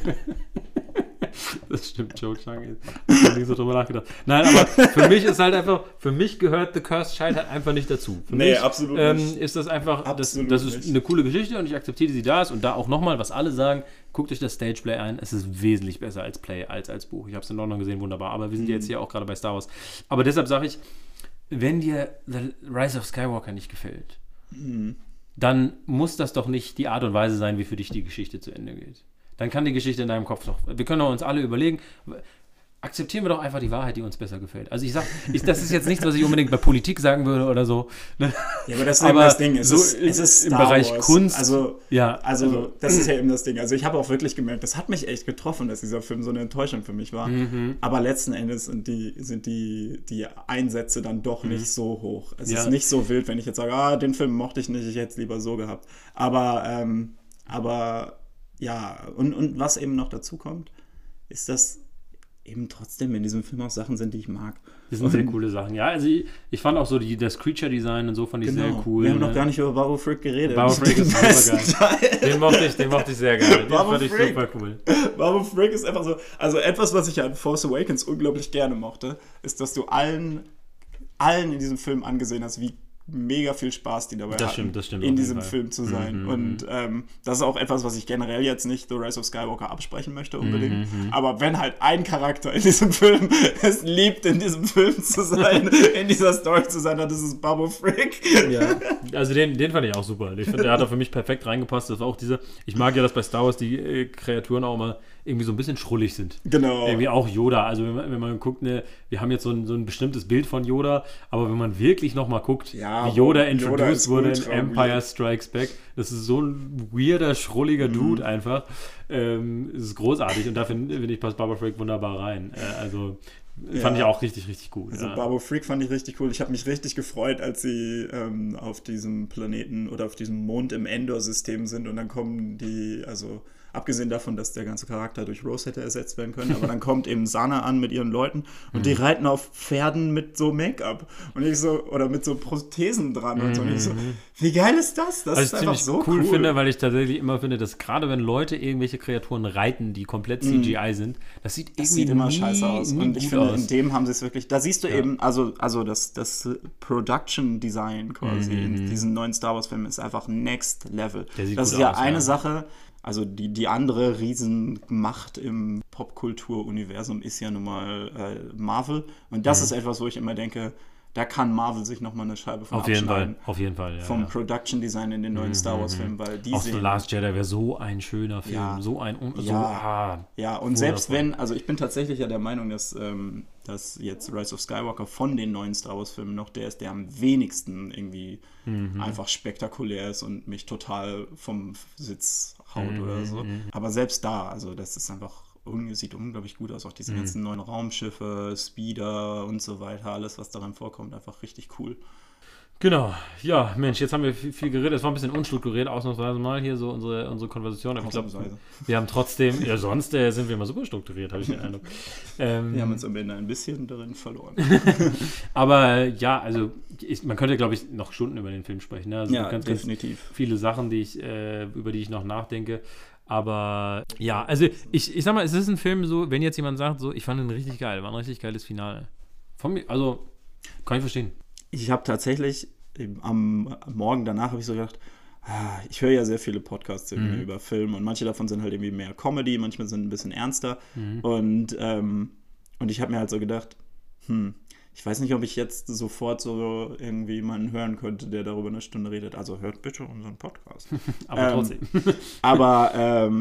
das stimmt, Cho Chang. Ich habe nicht so drüber nachgedacht. Nein, aber für mich ist halt einfach, für mich gehört The Cursed Child halt einfach nicht dazu. Für mich, absolut nicht. Ist das einfach, das Absolut ist nicht. eine coole Geschichte und ich akzeptiere, dass sie da ist. Und da auch nochmal, was alle sagen, guckt euch das Stageplay ein. Es ist wesentlich besser als Play, als Buch. Ich habe es in London gesehen, wunderbar. Aber wir sind jetzt hier auch gerade bei Star Wars. Aber deshalb sage ich, wenn dir The Rise of Skywalker nicht gefällt, dann muss das doch nicht die Art und Weise sein, wie für dich die Geschichte zu Ende geht. Dann kann die Geschichte in deinem Kopf doch. Wir können uns alle überlegen, akzeptieren wir doch einfach die Wahrheit, die uns besser gefällt. Also das ist jetzt nichts, was ich unbedingt bei Politik sagen würde oder so. Ja, aber das ist eben das Ding. Es ist Star im Bereich Wars. Kunst. Also das ist ja eben das Ding. Also ich habe auch wirklich gemerkt, das hat mich echt getroffen, dass dieser Film so eine Enttäuschung für mich war. Aber letzten Endes sind die Einsätze dann doch nicht so hoch. Es ist nicht so wild, wenn ich jetzt sage, den Film mochte ich nicht, ich hätte es lieber so gehabt. Aber ja, und was eben noch dazu kommt, ist, dass eben trotzdem in diesem Film auch Sachen sind, die ich mag. Das sind sehr coole Sachen. Ja, also ich fand auch so das Creature-Design und so fand ich sehr cool. Wir haben noch gar nicht über Babu Frick geredet. Babu Frick ist super geil. Den mochte ich sehr geil. Den fand ich super cool. Babu Frick ist einfach so, also etwas, was ich an Force Awakens unglaublich gerne mochte, ist, dass du allen in diesem Film angesehen hast, wie mega viel Spaß die dabei hatten, das stimmt in diesem Film zu sein. Und das ist auch etwas, was ich generell jetzt nicht The Rise of Skywalker absprechen möchte unbedingt. Aber wenn halt ein Charakter in diesem Film es liebt, in diesem Film zu sein, in dieser Story zu sein, dann ist es Babu Frick. Ja, also den fand ich auch super. Ich finde, der hat da für mich perfekt reingepasst. Das war auch ich mag ja, dass bei Star Wars die Kreaturen auch mal irgendwie so ein bisschen schrullig sind. Genau. Irgendwie auch Yoda. Also wenn man guckt, wir haben jetzt so ein bestimmtes Bild von Yoda, aber wenn man wirklich nochmal guckt, wie Yoda introduced wurde in Empire Strikes Back, das ist so ein weirder, schrulliger Dude einfach. Es ist großartig und da finde ich, passt Babu Frick wunderbar rein. Fand ich auch richtig, richtig gut. Also Babu Frick fand ich richtig cool. Ich habe mich richtig gefreut, als sie auf diesem Planeten oder auf diesem Mond im Endor-System sind und dann kommen abgesehen davon, dass der ganze Charakter durch Rose hätte ersetzt werden können, aber dann kommt eben Sana an mit ihren Leuten und die reiten auf Pferden mit so Make-up und ich so, oder mit so Prothesen dran und so. Und ich so, wie geil ist das? Das ist einfach so cool. Finde, weil ich tatsächlich immer finde, dass gerade wenn Leute irgendwelche Kreaturen reiten, die komplett CGI sind, das sieht immer scheiße aus. Und ich finde, in dem haben sie es wirklich, da siehst du eben, also das Production Design quasi in diesen neuen Star Wars Filmen ist einfach next level. Das ist ja eine Sache. Also die andere Riesenmacht im Popkultur-Universum ist ja nun mal Marvel. Und das ist etwas, wo ich immer denke, da kann Marvel sich nochmal eine Scheibe von abschneiden. Auf jeden Fall, ja. Vom Production Design in den neuen Star Wars-Filmen, weil die auch The Last Jedi wäre so ein schöner Film. Ja, und selbst wenn, also ich bin tatsächlich ja der Meinung, dass jetzt Rise of Skywalker von den neuen Star Wars-Filmen noch der ist, der am wenigsten irgendwie einfach spektakulär ist und mich total vom Sitz haut oder so. Aber selbst da, also das ist einfach, sieht unglaublich gut aus. Auch diese ganzen neuen Raumschiffe, Speeder und so weiter, alles, was darin vorkommt, einfach richtig cool. Genau, ja, Mensch, jetzt haben wir viel geredet. Es war ein bisschen unstrukturiert, ausnahmsweise mal hier so unsere Konversation. Ich glaube, wir haben trotzdem, sonst sind wir immer super strukturiert, habe ich den Eindruck. Wir haben uns am Ende ein bisschen darin verloren. Aber ja, also man könnte, glaube ich, noch Stunden über den Film sprechen. Ne? Also ganz definitiv. Viele Sachen, über die ich noch nachdenke. Aber ja, also ich sag mal, es ist ein Film so, wenn jetzt jemand sagt, so, ich fand ihn richtig geil, war ein richtig geiles Finale. Von mir, also, kann ich verstehen. Ich habe tatsächlich am Morgen danach habe ich so gedacht, ich höre ja sehr viele Podcasts über Film und manche davon sind halt irgendwie mehr Comedy, manchmal sind ein bisschen ernster und ich habe mir halt so gedacht, ich weiß nicht, ob ich jetzt sofort so irgendwie jemanden hören könnte, der darüber eine Stunde redet. Also hört bitte unseren Podcast. Aber trotzdem.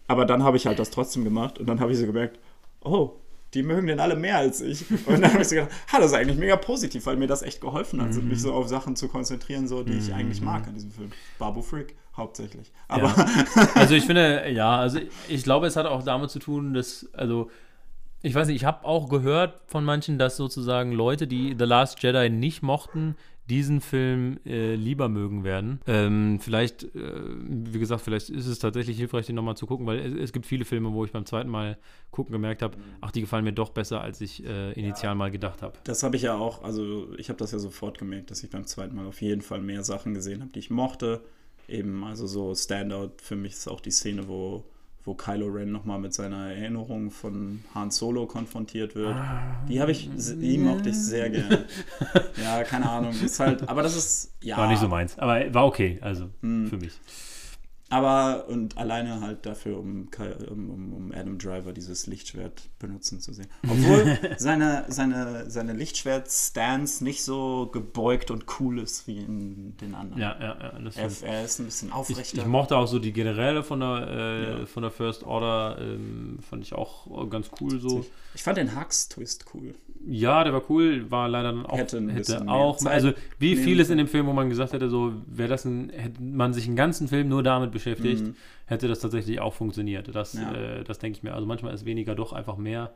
Aber dann habe ich halt das trotzdem gemacht und dann habe ich so gemerkt, oh, die mögen den alle mehr als ich. Und dann habe ich so gedacht, das ist eigentlich mega positiv, weil mir das echt geholfen hat, mich so auf Sachen zu konzentrieren, so, die ich eigentlich mag an diesem Film. Babu Frick hauptsächlich. Aber also ich finde, ich glaube, es hat auch damit zu tun, dass, also ich weiß nicht, ich habe auch gehört von manchen, dass sozusagen Leute, die The Last Jedi nicht mochten, diesen Film lieber mögen werden. Vielleicht, wie gesagt, vielleicht ist es tatsächlich hilfreich, den nochmal zu gucken, weil es gibt viele Filme, wo ich beim zweiten Mal gucken gemerkt habe, ach, die gefallen mir doch besser, als ich initial mal gedacht habe. Das habe ich ja auch, also ich habe das ja sofort gemerkt, dass ich beim zweiten Mal auf jeden Fall mehr Sachen gesehen habe, die ich mochte. Eben, also so Standout für mich ist auch die Szene, wo Kylo Ren nochmal mit seiner Erinnerung von Han Solo konfrontiert wird. Die mochte ich sehr gerne. Ja, keine Ahnung. Ist halt, aber das ist, ja. War nicht so meins, aber war okay, also für mich. Aber, und alleine halt dafür, um Adam Driver dieses Lichtschwert benutzen zu sehen. Obwohl seine Lichtschwert-Stance nicht so gebeugt und cool ist wie in den anderen. Ja. Er ist ein bisschen aufrechter. Ich mochte auch so die Generäle von der First Order, fand ich auch ganz cool so. Ich fand den Hux-Twist cool. Ja, der war cool, war leider dann auch. Hätte auch, also wie vieles in dem Film, wo man gesagt hätte, so hätte man sich einen ganzen Film nur damit beschäftigt, hätte das tatsächlich auch funktioniert. Das denke ich mir. Also manchmal ist weniger doch einfach mehr.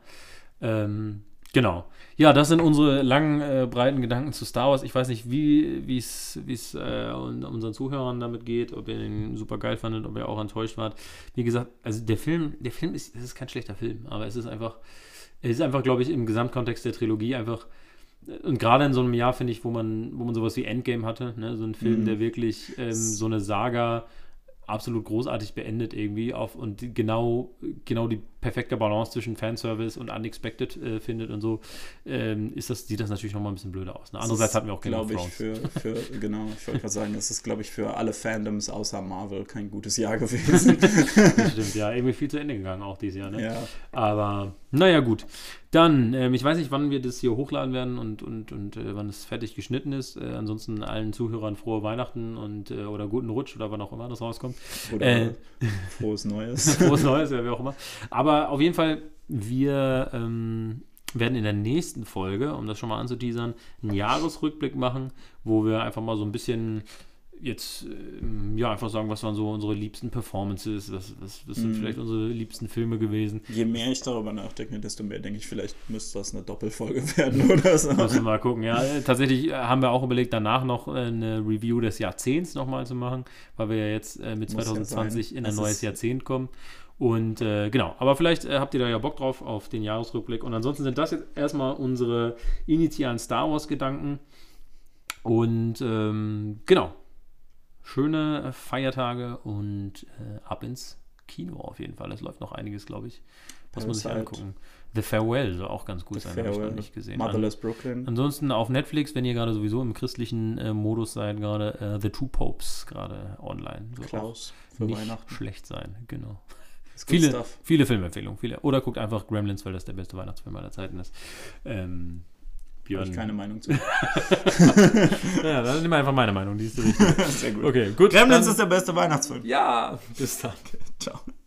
Genau. Ja, das sind unsere langen, breiten Gedanken zu Star Wars. Ich weiß nicht, wie es unseren Zuhörern damit geht, ob ihr den super geil fandet, ob ihr auch enttäuscht wart. Wie gesagt, also der Film ist kein schlechter Film, aber es ist einfach, glaube ich, im Gesamtkontext der Trilogie einfach, und gerade in so einem Jahr, finde ich, wo man sowas wie Endgame hatte, ne? So ein Film, der wirklich so eine Saga absolut großartig beendet irgendwie und genau die perfekte Balance zwischen Fanservice und Unexpected findet und so, sieht das natürlich nochmal ein bisschen blöder aus. Ne? Andererseits hatten wir auch Game of Thrones. Genau, ich wollte gerade sagen, es ist, glaube ich, für alle Fandoms außer Marvel kein gutes Jahr gewesen. Das stimmt, ja, irgendwie viel zu Ende gegangen auch dieses Jahr. Ne? Ja. Aber, naja, gut. Dann, ich weiß nicht, wann wir das hier hochladen werden und wann es fertig geschnitten ist. Ansonsten allen Zuhörern frohe Weihnachten oder guten Rutsch oder wann auch immer das rauskommt. Oder frohes Neues. Frohes Neues, ja, wie auch immer. Aber auf jeden Fall, wir werden in der nächsten Folge, um das schon mal anzuteasern, einen Jahresrückblick machen, wo wir einfach mal so ein bisschen jetzt einfach sagen, was waren so unsere liebsten Performances, was sind vielleicht unsere liebsten Filme gewesen. Je mehr ich darüber nachdenke, desto mehr denke ich, vielleicht müsste das eine Doppelfolge werden oder so. Müssen wir mal gucken. Ja, tatsächlich haben wir auch überlegt, danach noch eine Review des Jahrzehnts nochmal zu machen, weil wir ja jetzt mit 2020 in ein neues Jahrzehnt kommen. Und genau, aber vielleicht habt ihr da ja Bock drauf auf den Jahresrückblick. Und ansonsten sind das jetzt erstmal unsere initialen Star Wars-Gedanken. Und genau. Schöne Feiertage und ab ins Kino auf jeden Fall. Es läuft noch einiges, glaube ich. Muss man sich angucken. The Farewell soll auch ganz gut sein, habe ich noch nicht gesehen. Motherless Brooklyn. Ansonsten auf Netflix, wenn ihr gerade sowieso im christlichen Modus seid, gerade The Two Popes gerade online. So Klaus für nicht Weihnachten. Schlecht sein, genau. Viele Filmempfehlungen. Oder guckt einfach Gremlins, weil das der beste Weihnachtsfilm aller Zeiten ist. Björn. Habe ich keine Meinung zu. Ja, dann nimm einfach meine Meinung, die ist die richtige. Sehr gut. Okay, gut. Gremlins ist der beste Weihnachtsfilm. Ja, bis dann. Ciao.